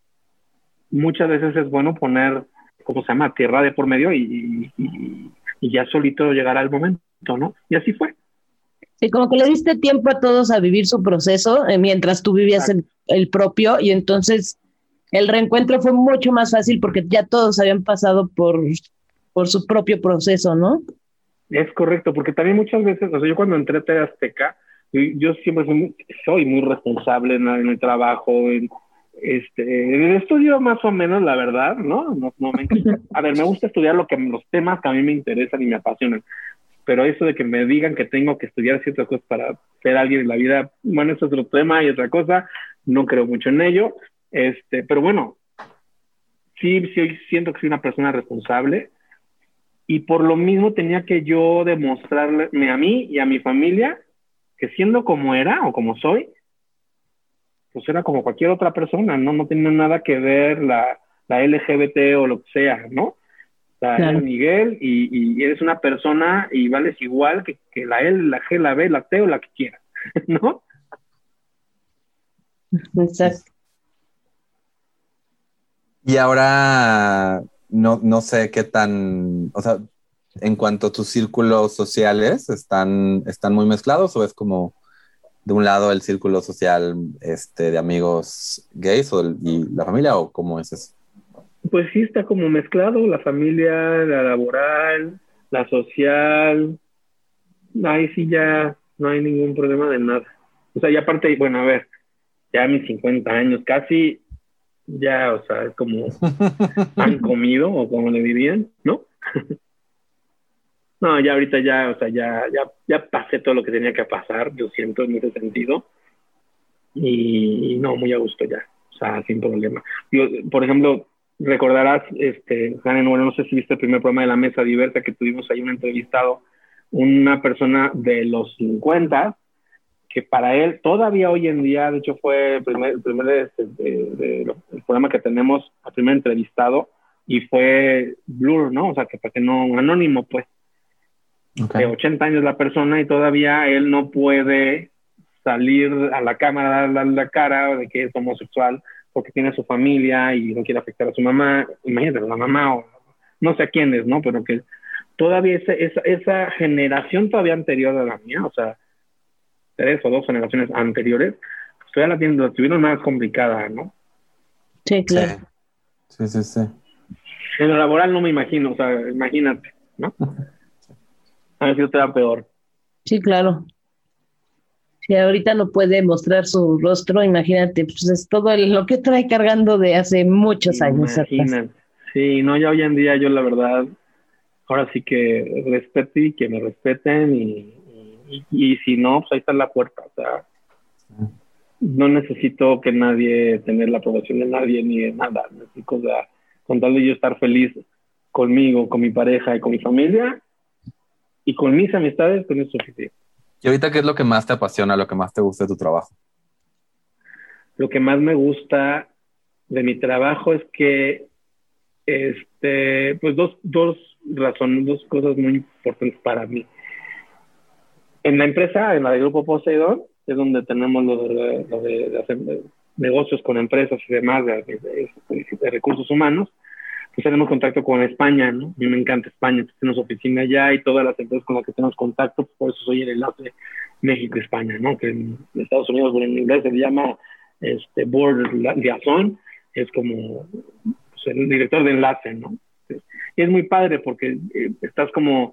Muchas veces es bueno poner, ¿cómo se llama?, tierra de por medio y, y, y ya solito llegará el momento, ¿no? Y así fue. Sí, como que le diste tiempo a todos a vivir su proceso eh, mientras tú vivías el, el propio, y entonces el reencuentro fue mucho más fácil porque ya todos habían pasado por, por su propio proceso, ¿no? Es correcto, porque también muchas veces, o sea, yo cuando entré a T V Azteca, yo, yo siempre soy muy, soy muy responsable en, en el trabajo, en, este, en el estudio más o menos, la verdad, ¿no? No, no me encanta. A ver, me gusta estudiar lo que, los temas que a mí me interesan y me apasionan, pero eso de que me digan que tengo que estudiar ciertas cosas para ser alguien en la vida, bueno, eso es otro tema y otra cosa, no creo mucho en ello, este, pero bueno, sí, sí siento que soy una persona responsable, y por lo mismo tenía que yo demostrarme a mí y a mi familia que siendo como era o como soy, pues era como cualquier otra persona, no, no tenía nada que ver la, la L G B T o lo que sea, ¿no? O sea, claro. Eres Miguel y, y eres una persona y vales igual que, que la L, la G, la B, la T o la que quieras, ¿no? Exacto. Y ahora no, no sé qué tan, o sea, en cuanto a tus círculos sociales, ¿están, están muy mezclados o es como de un lado el círculo social este, de amigos gays o el, y la familia, o cómo es eso? Pues sí, está como mezclado, la familia, la laboral, la social. Ahí sí ya no hay ningún problema de nada. O sea, y aparte, bueno, a ver, ya a mis cincuenta años casi, ya, o sea, es como han comido, o como le dirían, ¿no? No, ya ahorita ya, o sea, ya, ya, ya pasé todo lo que tenía que pasar, yo siento en ese sentido. Y, y no, muy a gusto ya, o sea, sin problema. Yo, por ejemplo, recordarás, este, Janen, bueno, no sé si viste el primer programa de La Mesa Diversa que tuvimos ahí un entrevistado, una persona de los cincuenta, que para él, todavía hoy en día, de hecho fue el primer, el primer este, de, de, de, el programa que tenemos, el primer entrevistado, y fue Blur, ¿no? O sea, que para que no, anónimo, pues. Okay. De ochenta años la persona y todavía él no puede salir a la cámara a dar la cara de que es homosexual porque tiene su familia y no quiere afectar a su mamá. Imagínate, la mamá o no sé a quién es, ¿no? Pero que todavía esa, esa, esa generación todavía anterior a la mía, o sea, tres o dos generaciones anteriores, pues todavía la, tienen, la tuvieron más complicada, ¿no? Sí, claro. Sí, sí, sí. En lo laboral no me imagino, o sea, imagínate, ¿no? A ver si te da peor. Sí, claro. Si ahorita no puede mostrar su rostro, imagínate, pues es todo el- lo que trae cargando de hace muchos años atrás. Imagínate. Sí, no, ya hoy en día yo la verdad, ahora sí que respeto y que me respeten y, y, y si no, pues ahí está la puerta. O sea, no necesito que nadie, tener la aprobación de nadie ni de nada. Necesito, o sea, con tal de yo estar feliz conmigo, con mi pareja y con mi familia y con mis amistades, con eso es suficiente. ¿Y ahorita qué es lo que más te apasiona, lo que más te gusta de tu trabajo? Lo que más me gusta de mi trabajo es que, este, pues dos, dos razones, dos cosas muy importantes para mí. En la empresa, en la de Grupo Poseidón, es donde tenemos lo de, lo de, de hacer negocios con empresas y demás, de, de, de, de recursos humanos, pues tenemos contacto con España, ¿no? A mí me encanta España, tenemos oficina allá y todas las empresas con las que tenemos contacto, pues por eso soy el enlace México-España, ¿no? Que en Estados Unidos, bueno, en inglés se llama este, Board Liaison, es como pues, el director de enlace, ¿no? Y es muy padre porque eh, estás como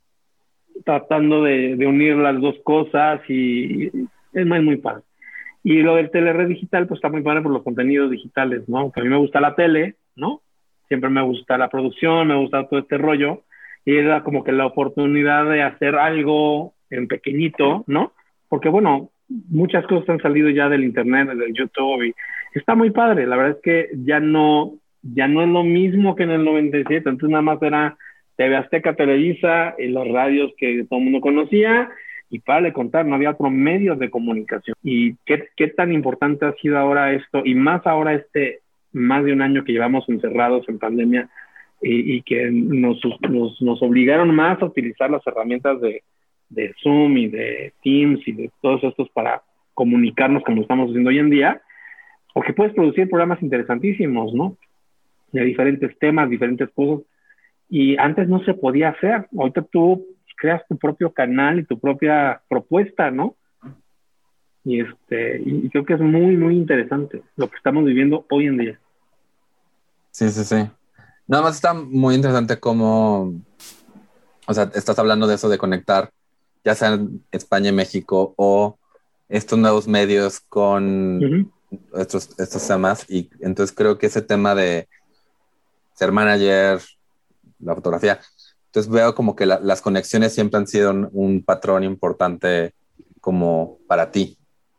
tratando de, de unir las dos cosas y, y es muy, muy padre. Y lo del telered digital, pues está muy padre por los contenidos digitales, ¿no? Que a mí me gusta la tele, ¿no? Siempre me gusta la producción, me gusta todo este rollo, y era como que la oportunidad de hacer algo en pequeñito, ¿no? Porque, bueno, muchas cosas han salido ya del internet, del YouTube, y está muy padre. La verdad es que ya no, ya no es lo mismo que en el noventa y siete, entonces nada más era T V Azteca, Televisa, y las radios que todo el mundo conocía, y para le contar, no había otro medio de comunicación. Y qué, qué tan importante ha sido ahora esto, y más ahora este más de un año que llevamos encerrados en pandemia y, y que nos, nos, nos obligaron más a utilizar las herramientas de, de Zoom y de Teams y de todos estos para comunicarnos como estamos haciendo hoy en día, porque puedes producir programas interesantísimos, ¿no? De diferentes temas, diferentes cosas, y antes no se podía hacer. Ahorita tú creas tu propio canal y tu propia propuesta, ¿no? Y, este, y creo que es muy, muy interesante lo que estamos viviendo hoy en día. Sí, sí, sí. Nada más está muy interesante cómo, o sea, estás hablando de eso de conectar, ya sea en España y México o estos nuevos medios con uh-huh. estos, estos temas. Y entonces creo que ese tema de ser manager, la fotografía, entonces veo como que la, las conexiones siempre han sido un, un patrón importante como para ti.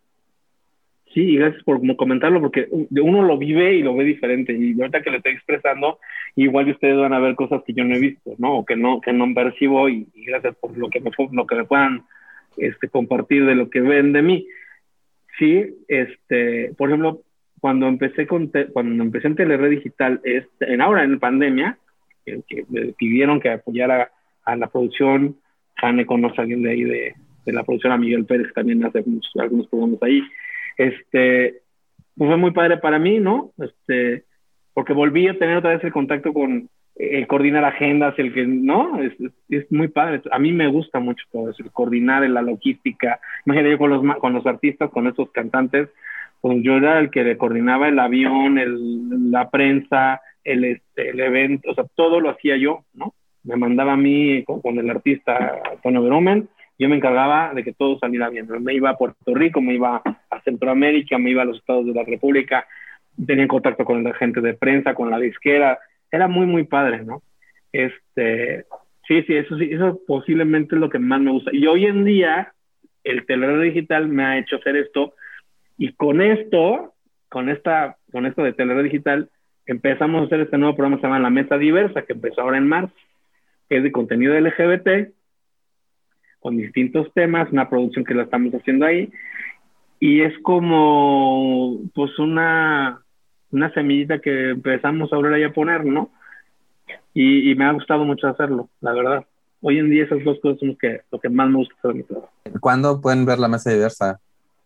Sí, y gracias por comentarlo, porque uno lo vive y lo ve diferente, y ahorita que lo estoy expresando, igual ustedes van a ver cosas que yo no he visto, ¿no? O que no, que no percibo, y, y gracias por lo que me, lo que me puedan este, compartir de lo que ven de mí. Sí, este, por ejemplo, cuando empecé con te, cuando empecé en Telered Digital, este, en ahora en pandemia, que, que me pidieron que apoyara a la producción, Jane conoce a alguien de ahí de, de la producción, a Miguel Pérez, que también hace muchos, algunos programas ahí. Este, pues fue muy padre para mí, ¿no? Este, porque volví a tener otra vez el contacto con el coordinar agendas, el que, ¿no? Es, es, es muy padre. A mí me gusta mucho todo eso, el coordinar la logística. Imagínate yo con los, con los artistas, con esos cantantes, pues yo era el que le coordinaba el avión, el, la prensa, el, este, el evento, o sea, todo lo hacía yo, ¿no? Me mandaba a mí con, con el artista Antonio Berumen, yo me encargaba de que todo saliera bien. Me iba a Puerto Rico, me iba a Centroamérica, me iba a los estados de la República, tenía contacto con la gente de prensa, con la disquera, era muy, muy padre, ¿no? Este, sí, sí, eso sí, eso posiblemente es lo que más me gusta. Y hoy en día, el Telered Digital me ha hecho hacer esto, y con esto, con esta, con esto de Telered Digital, empezamos a hacer este nuevo programa que se llama La Mesa Diversa, que empezó ahora en marzo, que es de contenido L G B T, con distintos temas, una producción que la estamos haciendo ahí, y es como, pues, una, una semillita que empezamos a volver a poner, ¿no? Y, y me ha gustado mucho hacerlo, la verdad. Hoy en día esas dos cosas son lo que, lo que más me gusta hacer en mi trabajo. ¿Cuándo pueden ver La Mesa Diversa?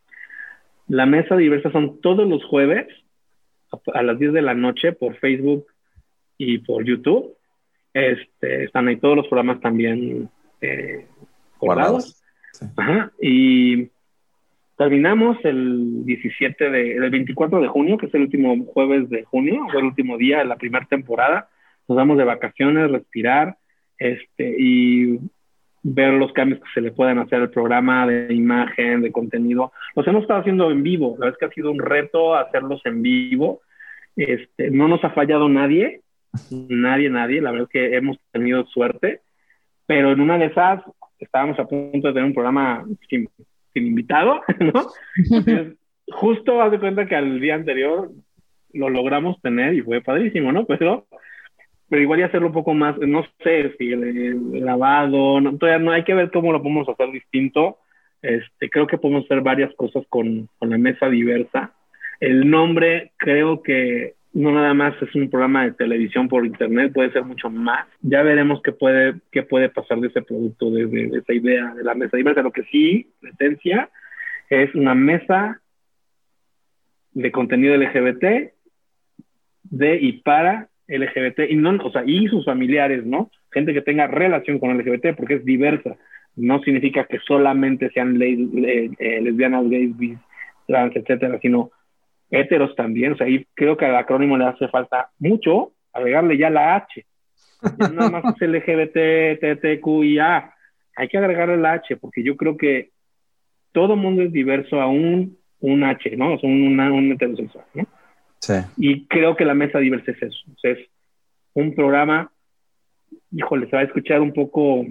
La Mesa Diversa son todos los jueves a, a las diez de la noche por Facebook y por YouTube. Este, están ahí todos los programas también eh, guardados. Sí. Ajá. Y terminamos el diecisiete de, el veinticuatro de junio, que es el último jueves de junio, fue el último día de la primera temporada. Nos vamos de vacaciones, respirar, este, y ver los cambios que se le pueden hacer al programa de imagen, de contenido. Los hemos estado haciendo en vivo, la verdad es que ha sido un reto hacerlos en vivo. Este, no nos ha fallado nadie, nadie, nadie, la verdad es que hemos tenido suerte, pero en una de esas estábamos a punto de tener un programa sin, sin invitado, ¿no? Entonces, justo haz de cuenta que al día anterior lo logramos tener y fue padrísimo, ¿no? Pero, pero igual y hacerlo un poco más, no sé, si el, el lavado, no, todavía no hay que ver cómo lo podemos hacer distinto. Este, creo que podemos hacer varias cosas con, con la mesa diversa. El nombre creo que no nada más es un programa de televisión por internet, puede ser mucho más. Ya veremos qué puede, qué puede pasar de ese producto, de, de, de esa idea de la mesa diversa. Lo que sí, la esencia, es una mesa de contenido L G B T, de y para L G B T, y, no, o sea, y sus familiares, ¿no? Gente que tenga relación con L G B T, porque es diversa. No significa que solamente sean le, le, eh, lesbianas, gays, bis, trans, etcétera, sino heteros también. O sea, ahí creo que al acrónimo le hace falta mucho agregarle ya la H. Ya nada más es L G B T, T T Q I A. Hay que agregarle la H, porque yo creo que todo mundo es diverso a un, un H, ¿no? O sea, un, un heterosexual, ¿no? Sí. Y creo que la mesa diversa es eso. O sea, es un programa, híjole, se va a escuchar un poco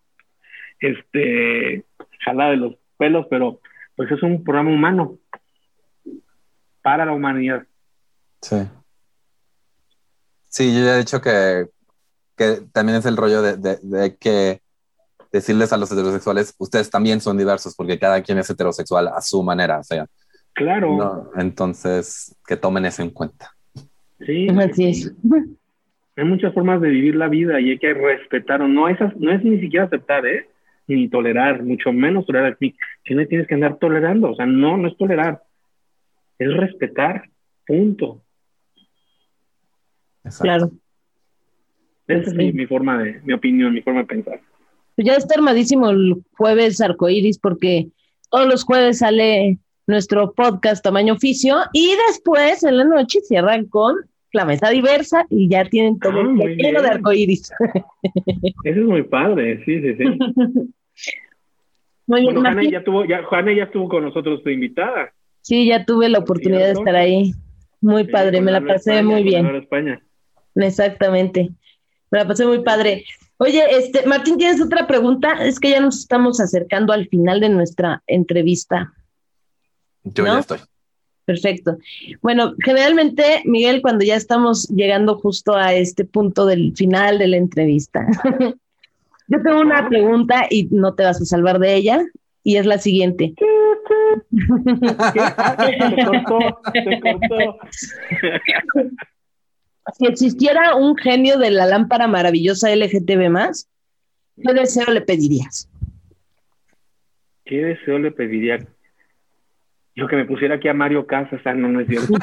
este jalada de los pelos, pero pues es un programa humano para la humanidad. Sí. Sí, yo ya he dicho que, que también es el rollo de, de, de que decirles a los heterosexuales, ustedes también son diversos, porque cada quien es heterosexual a su manera, o sea. Claro. No, entonces, que tomen eso en cuenta. Sí. Así es. Hay muchas formas de vivir la vida y hay que respetar, o no, esas, no es ni siquiera aceptar, ¿eh? Ni tolerar, mucho menos tolerar. ¿Qué me tienes que andar tolerando? O sea, no, no es tolerar. Es respetar, punto. Exacto. Claro. Esa es mi, mi forma de, mi opinión, mi forma de pensar. Ya está armadísimo el jueves arcoíris, porque todos los jueves sale nuestro podcast Tamaño Oficio y después en la noche cierran con la mesa diversa y ya tienen todo Ah, el lleno de arcoíris. Eso es muy padre, sí, sí, sí. Muy bien, Bueno, Jane Martín. ya tuvo, ya, Jane ya estuvo con nosotros de invitada. Sí, ya tuve la oportunidad de estar ahí. Muy Sí, padre, con me la Habla pasé España, muy con bien. Habla España. Exactamente. Me la pasé muy padre. Oye, este, Martín, ¿tienes otra pregunta? Es que ya nos estamos acercando al final de nuestra entrevista. Yo ¿No? ya estoy. Perfecto. Bueno, generalmente, Miguel, cuando ya estamos llegando justo a este punto del final de la entrevista, yo tengo una pregunta y no te vas a salvar de ella, y es la siguiente. ¿Qué? Ah, se cortó, se cortó. Si existiera un genio de la lámpara maravillosa L G T B más, ¿qué deseo le pedirías? ¿Qué deseo le pediría? Yo que me pusiera aquí a Mario Casas, ah, no, no es cierto.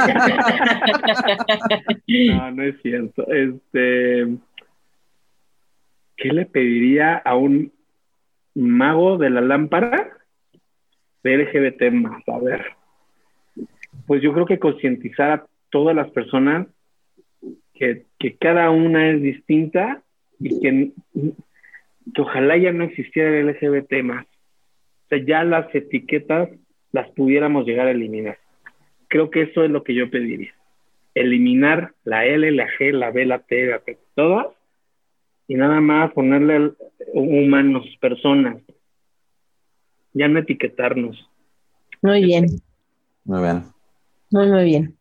No, no es cierto. Este, ¿qué le pediría a un mago de la lámpara de L G B T más? A ver, pues yo creo que concientizar a todas las personas que, que cada una es distinta y que, que ojalá ya no existiera el L G B T más. O sea, ya las etiquetas las pudiéramos llegar a eliminar. Creo que eso es lo que yo pediría. Eliminar la L, la G, la B, la T, la T, todas, y nada más ponerle humanos, personas. Ya no etiquetarnos. Muy bien. Muy bien. Muy, muy bien.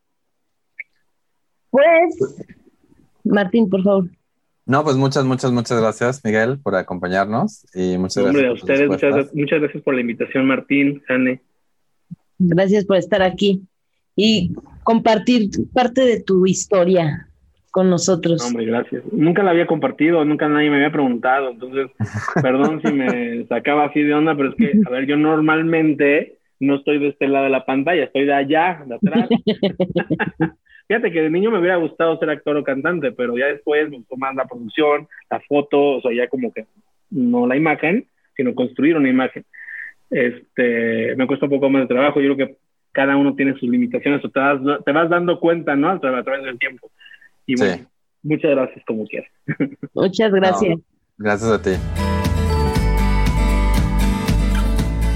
Pues, Martín, por favor. No, pues muchas, muchas, muchas gracias, Miguel, por acompañarnos y muchas Hombre, gracias. a ustedes, muchas, muchas gracias por la invitación, Martín, Jane. Gracias por estar aquí y compartir parte de tu historia con nosotros. Hombre, gracias. Nunca la había compartido, nunca nadie me había preguntado, entonces, perdón si me sacaba así de onda, pero es que, a ver, yo normalmente no estoy de este lado de la pantalla, estoy de allá, de atrás. Fíjate que de niño me hubiera gustado ser actor o cantante, pero ya después me gustó más la producción, la foto, o sea, ya como que no la imagen, sino construir una imagen. Este, me cuesta un poco más de trabajo. Yo creo que cada uno tiene sus limitaciones, o te, das, te vas dando cuenta, ¿no? A través, a través del tiempo. Y bueno, sí. Muchas gracias como quieras. Muchas gracias. No, gracias a ti.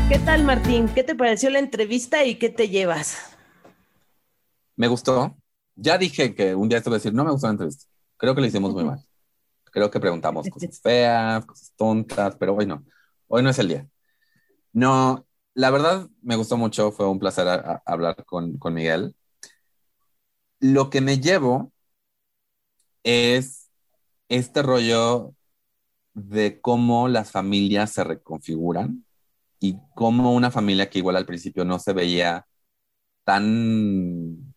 ¿Qué tal, Martín? ¿Qué te pareció la entrevista y qué te llevas? Me gustó. Ya dije que un día te voy a decir, no me gustó la entrevista. Creo que lo hicimos muy mal. Creo que preguntamos cosas feas, cosas tontas, pero hoy no. Hoy no es el día. No, la verdad me gustó mucho. Fue un placer a- a- hablar con, con Miguel. Lo que me llevo es este rollo de cómo las familias se reconfiguran y cómo una familia que igual al principio no se veía tan,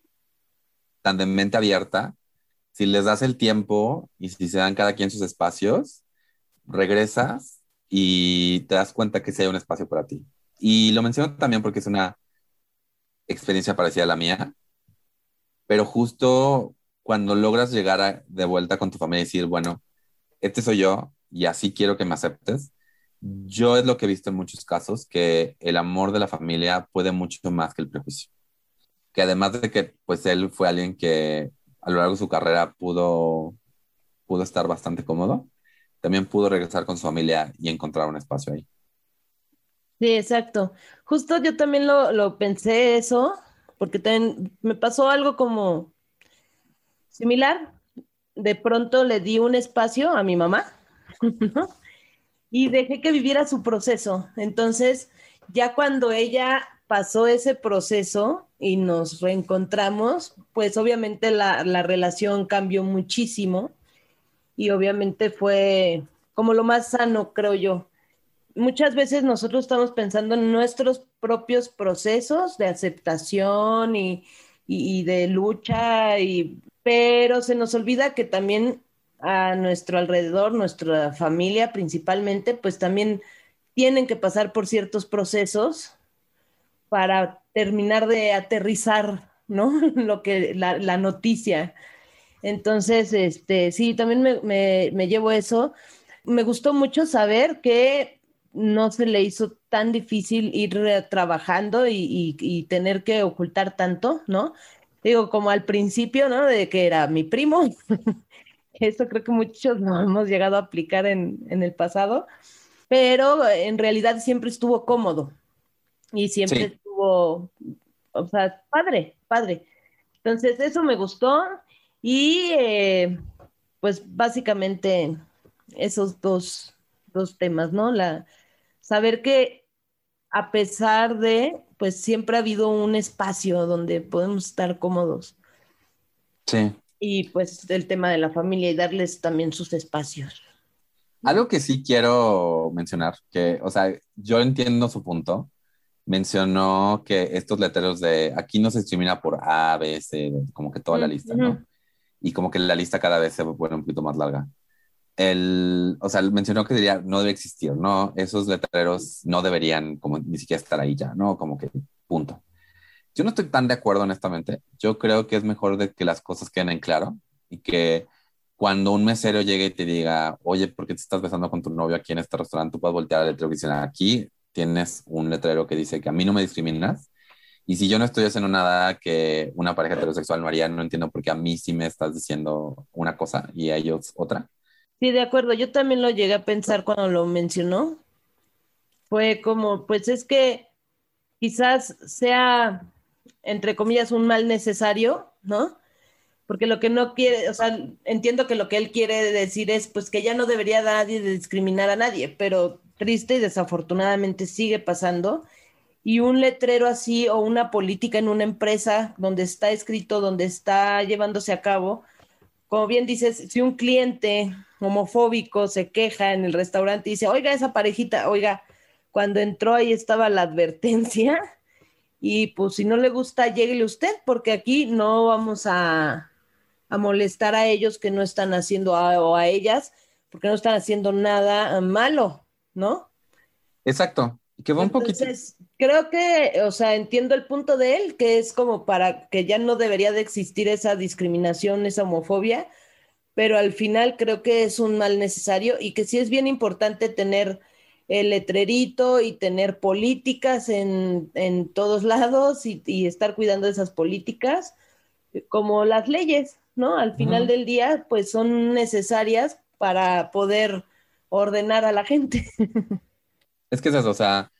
tan de mente abierta, si les das el tiempo y si se dan cada quien sus espacios, regresas y te das cuenta que sí hay un espacio para ti. Y lo menciono también porque es una experiencia parecida a la mía, pero justo cuando logras llegar a- de vuelta con tu familia y decir, bueno, este soy yo y así quiero que me aceptes, yo es lo que he visto en muchos casos, que el amor de la familia puede mucho más que el prejuicio. Que además de que pues él fue alguien que a lo largo de su carrera pudo, pudo estar bastante cómodo, también pudo regresar con su familia y encontrar un espacio ahí. Sí, exacto. Justo yo también lo, lo pensé eso, porque también me pasó algo como similar. De pronto le di un espacio a mi mamá, ¿no? Y dejé que viviera su proceso. Entonces, ya cuando ella pasó ese proceso y nos reencontramos, pues obviamente la, la relación cambió muchísimo y obviamente fue como lo más sano, creo yo. Muchas veces nosotros estamos pensando en nuestros propios procesos de aceptación y, y, y de lucha, y, pero se nos olvida que también a nuestro alrededor, nuestra familia principalmente, pues también tienen que pasar por ciertos procesos para terminar de aterrizar, ¿no? Lo que, la, la noticia. Entonces, este, sí, también me, me, me llevo eso. Me gustó mucho saber que no se le hizo tan difícil ir eh, trabajando y, y- y tener que ocultar tanto, ¿no? Digo, como al principio, ¿no? De que era mi primo. Eso creo que muchos lo hemos llegado a aplicar en, en el pasado, pero eh, en realidad siempre estuvo cómodo y siempre Sí, estuvo, o sea, padre, padre. Entonces, eso me gustó y eh, pues básicamente esos dos, dos temas, ¿no? La, saber que a pesar de, pues siempre ha habido un espacio donde podemos estar cómodos sí. y pues el tema de la familia y darles también sus espacios. Algo que sí quiero mencionar, que, o sea, yo entiendo su punto. Mencionó que estos letreros de aquí no se discrimina por A, B, C, como que toda la Mm, lista, ujú. ¿no? Y como que la lista cada vez se pone un poquito más larga. El, o sea, él mencionó que diría, no debe existir, ¿no? Esos letreros no deberían como ni siquiera estar ahí ya, ¿no? Como que punto. Yo no estoy tan de acuerdo, honestamente. Yo creo que es mejor de que las cosas queden en claro y que cuando un mesero llegue y te diga, oye, ¿por qué te estás besando con tu novio aquí en este restaurante? Tú puedes voltear al letrero que dice, aquí tienes un letrero que dice que a mí no me discriminas. Y si yo no estoy haciendo nada que una pareja heterosexual no haría, no entiendo por qué a mí sí me estás diciendo una cosa y a ellos otra. Sí, de acuerdo. Yo también lo llegué a pensar cuando lo mencionó. Fue como, pues es que quizás sea, entre comillas, un mal necesario, ¿no? Porque lo que no quiere, o sea, entiendo que lo que él quiere decir es, pues que ya no debería nadie de discriminar a nadie, pero triste y desafortunadamente sigue pasando. Y un letrero así o una política en una empresa donde está escrito, donde está llevándose a cabo, como bien dices, si un cliente homofóbico se queja en el restaurante y dice, oiga, esa parejita, oiga, cuando entró ahí estaba la advertencia y pues si no le gusta, lléguele usted, porque aquí no vamos a, a molestar a ellos que no están haciendo a, o a ellas, porque no están haciendo nada malo, ¿no? Exacto. Y que va un poquito. Entonces, creo que, o sea, entiendo el punto de él, que es como para que ya no debería de existir esa discriminación, esa homofobia, pero al final creo que es un mal necesario y que sí es bien importante tener el letrerito y tener políticas en, en todos lados y, y estar cuidando de esas políticas, como las leyes, ¿no? Al final Ujú. del día, pues son necesarias para poder ordenar a la gente. Es que es eso, o sea,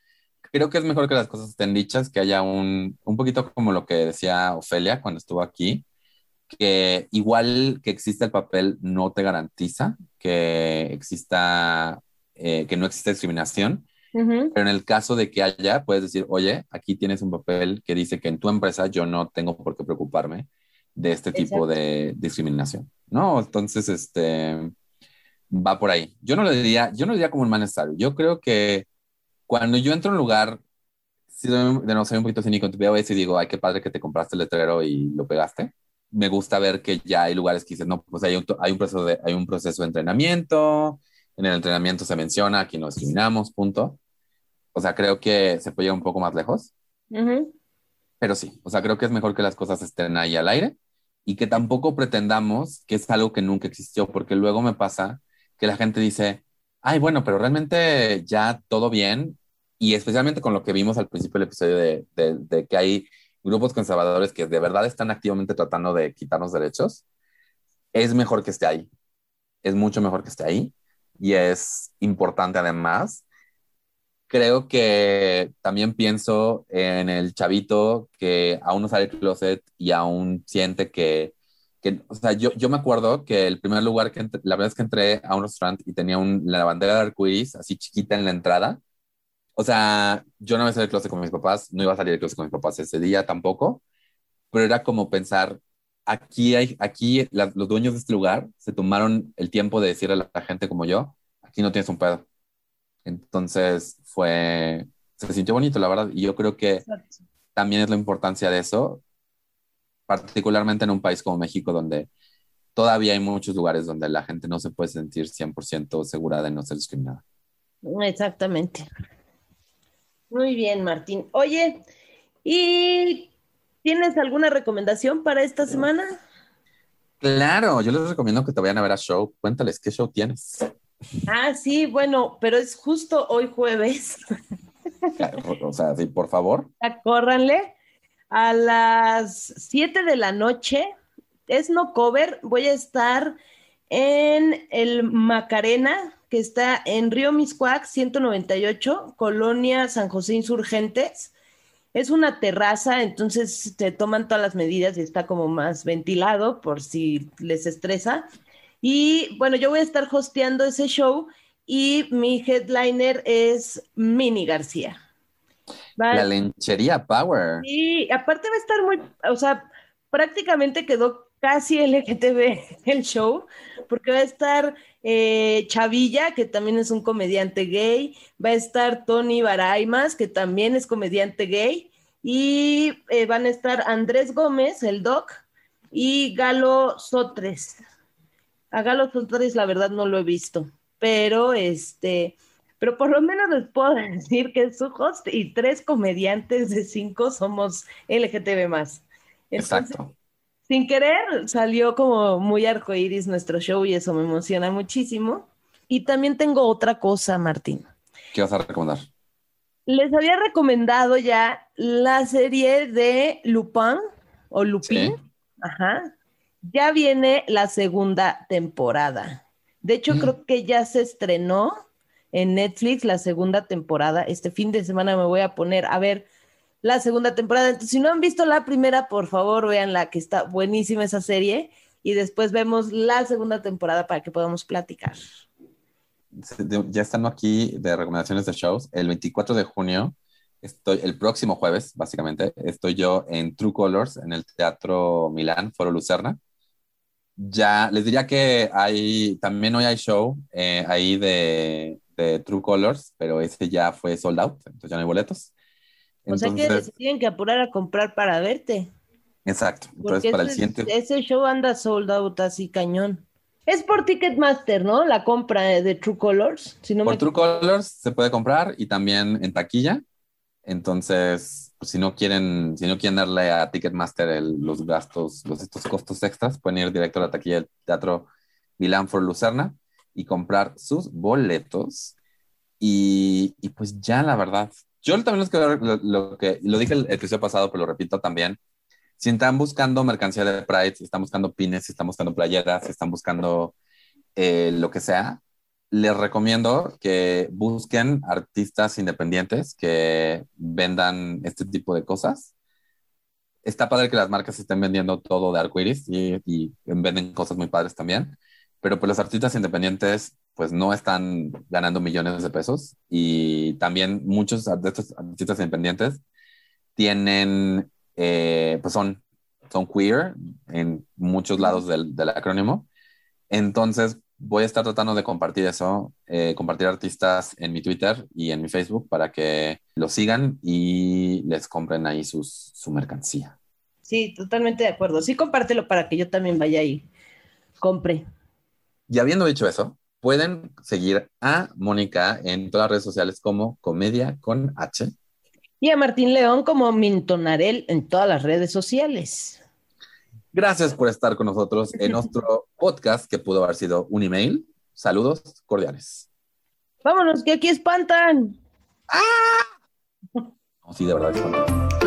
creo que es mejor que las cosas estén dichas, que haya un, un poquito como lo que decía Ofelia cuando estuvo aquí, que igual que exista el papel no te garantiza que exista, eh, que no exista discriminación, Ujú. pero en el caso de que haya, puedes decir, oye, aquí tienes un papel que dice que en tu empresa yo no tengo por qué preocuparme de este tipo Exacto. de discriminación, ¿no? Entonces, este, va por ahí. Yo no lo diría, yo no lo diría como un mal necesario. Yo creo que cuando yo entro a un lugar, si de nuevo soy un poquito cínico, te veo eso y digo, ay, qué padre que te compraste el letrero y lo pegaste. Me gusta ver que ya hay lugares que dicen, no, pues hay un, hay un proceso de, hay un proceso de entrenamiento, en el entrenamiento se menciona, aquí no discriminamos, punto. O sea, creo que se puede ir un poco más lejos, Ujú. pero sí, o sea, creo que es mejor que las cosas estén ahí al aire y que tampoco pretendamos que es algo que nunca existió, porque luego me pasa que la gente dice, ay, bueno, pero realmente ya todo bien, y especialmente con lo que vimos al principio del episodio de, de, de que hay grupos conservadores que de verdad están activamente tratando de quitarnos derechos, es mejor que esté ahí, es mucho mejor que esté ahí y es importante además. Creo que también pienso en el chavito que aún no sale del closet y aún siente que, que o sea, yo, yo me acuerdo que el primer lugar que, ent- la verdad es que entré a un restaurante y tenía un, la bandera de arcoíris así chiquita en la entrada. O sea, yo no iba a salir del closet con mis papás, no iba a salir del closet con mis papás ese día tampoco, pero era como pensar, aquí hay, aquí la- los dueños de este lugar se tomaron el tiempo de decirle a la gente como yo, aquí no tienes un pedo. Entonces fue, se sintió bonito, la verdad. Y yo creo que Exacto. también es la importancia de eso, particularmente en un país como México, donde todavía hay muchos lugares donde la gente no se puede sentir cien por ciento segura de no ser discriminada. Exactamente. Muy bien, Martín. Oye, ¿y tienes alguna recomendación para esta semana? Claro, yo les recomiendo que te vayan a ver a show. Cuéntales, ¿qué show tienes? Ah, sí, bueno, pero es justo hoy jueves. O sea, sí, por favor. Acórranle. A las siete de la noche, es no cover, voy a estar en el Macarena, que está en Río Miscuac, ciento noventa y ocho, Colonia San José Insurgentes. Es una terraza, entonces te toman todas las medidas y está como más ventilado por si les estresa. Y bueno, yo voy a estar hosteando ese show y mi headliner es Mini García. La Va, lenchería Power. y aparte va a estar muy, o sea, prácticamente quedó casi L G T B el show, porque va a estar eh, Chavilla, que también es un comediante gay, va a estar Tony Baraymas, que también es comediante gay, y eh, van a estar Andrés Gómez, el doc, y Galo Sotres. A Galo Sotres, la verdad, no lo he visto, pero este, pero por lo menos les puedo decir que es su host y tres comediantes de cinco somos L G T B más. Entonces, Exacto. sin querer, salió como muy arcoíris nuestro show y eso me emociona muchísimo. Y también tengo otra cosa, Martín. ¿Qué vas a recomendar? Les había recomendado ya la serie de Lupin o Lupin. Sí. Ajá. Ya viene la segunda temporada. De hecho, creo que ya se estrenó en Netflix la segunda temporada. Este fin de semana me voy a poner a ver la segunda temporada. Entonces, si no han visto la primera, por favor, vean que está buenísima esa serie. Y después vemos la segunda temporada para que podamos platicar. Ya estando aquí de recomendaciones de shows, el veinticuatro de junio, estoy, el próximo jueves, básicamente, estoy yo en True Colors, en el Teatro Milán, Foro Lucerna. Ya les diría que hay, también hoy hay show eh, ahí de, de True Colors, pero ese ya fue sold out, entonces ya no hay boletos. O sea que se Entonces, tienen que apurar a comprar para verte. exacto. Entonces, Porque para el ese, es- siguiente, ese show anda sold out así cañón. Es por Ticketmaster, ¿no? La compra de True Colors, si no me por True equivoco. Colors se puede comprar y también en taquilla. Entonces, pues, si no quieren, si no quieren darle a Ticketmaster el- los gastos, los estos costos extras, pueden ir directo a la taquilla del Teatro Milán for Lucerna y comprar sus boletos. Y, y pues ya, la verdad. Yo también les quiero lo, lo que lo dije el, el episodio pasado, pero lo repito también. Si están buscando mercancía de Pride, si están buscando pines, si están buscando playeras, si están buscando eh, lo que sea, les recomiendo que busquen artistas independientes que vendan este tipo de cosas. Está padre que las marcas estén vendiendo todo de arcoiris y, y venden cosas muy padres también, pero pues los artistas independientes pues no están ganando millones de pesos y también muchos de estos artistas independientes tienen, eh, pues son, son queer en muchos lados del, del acrónimo. Entonces voy a estar tratando de compartir eso, eh, compartir artistas en mi Twitter y en mi Facebook para que los sigan y les compren ahí sus, su mercancía. Sí, totalmente de acuerdo. Sí, compártelo para que yo también vaya y compre. Y habiendo dicho eso, pueden seguir a Mónica en todas las redes sociales como Comedia con H. Y a Martín León como Mintonarel en todas las redes sociales. Gracias por estar con nosotros en nuestro podcast que pudo haber sido un email. Saludos cordiales. Vámonos, que aquí espantan. ¡Ah! No, sí, de verdad espantan.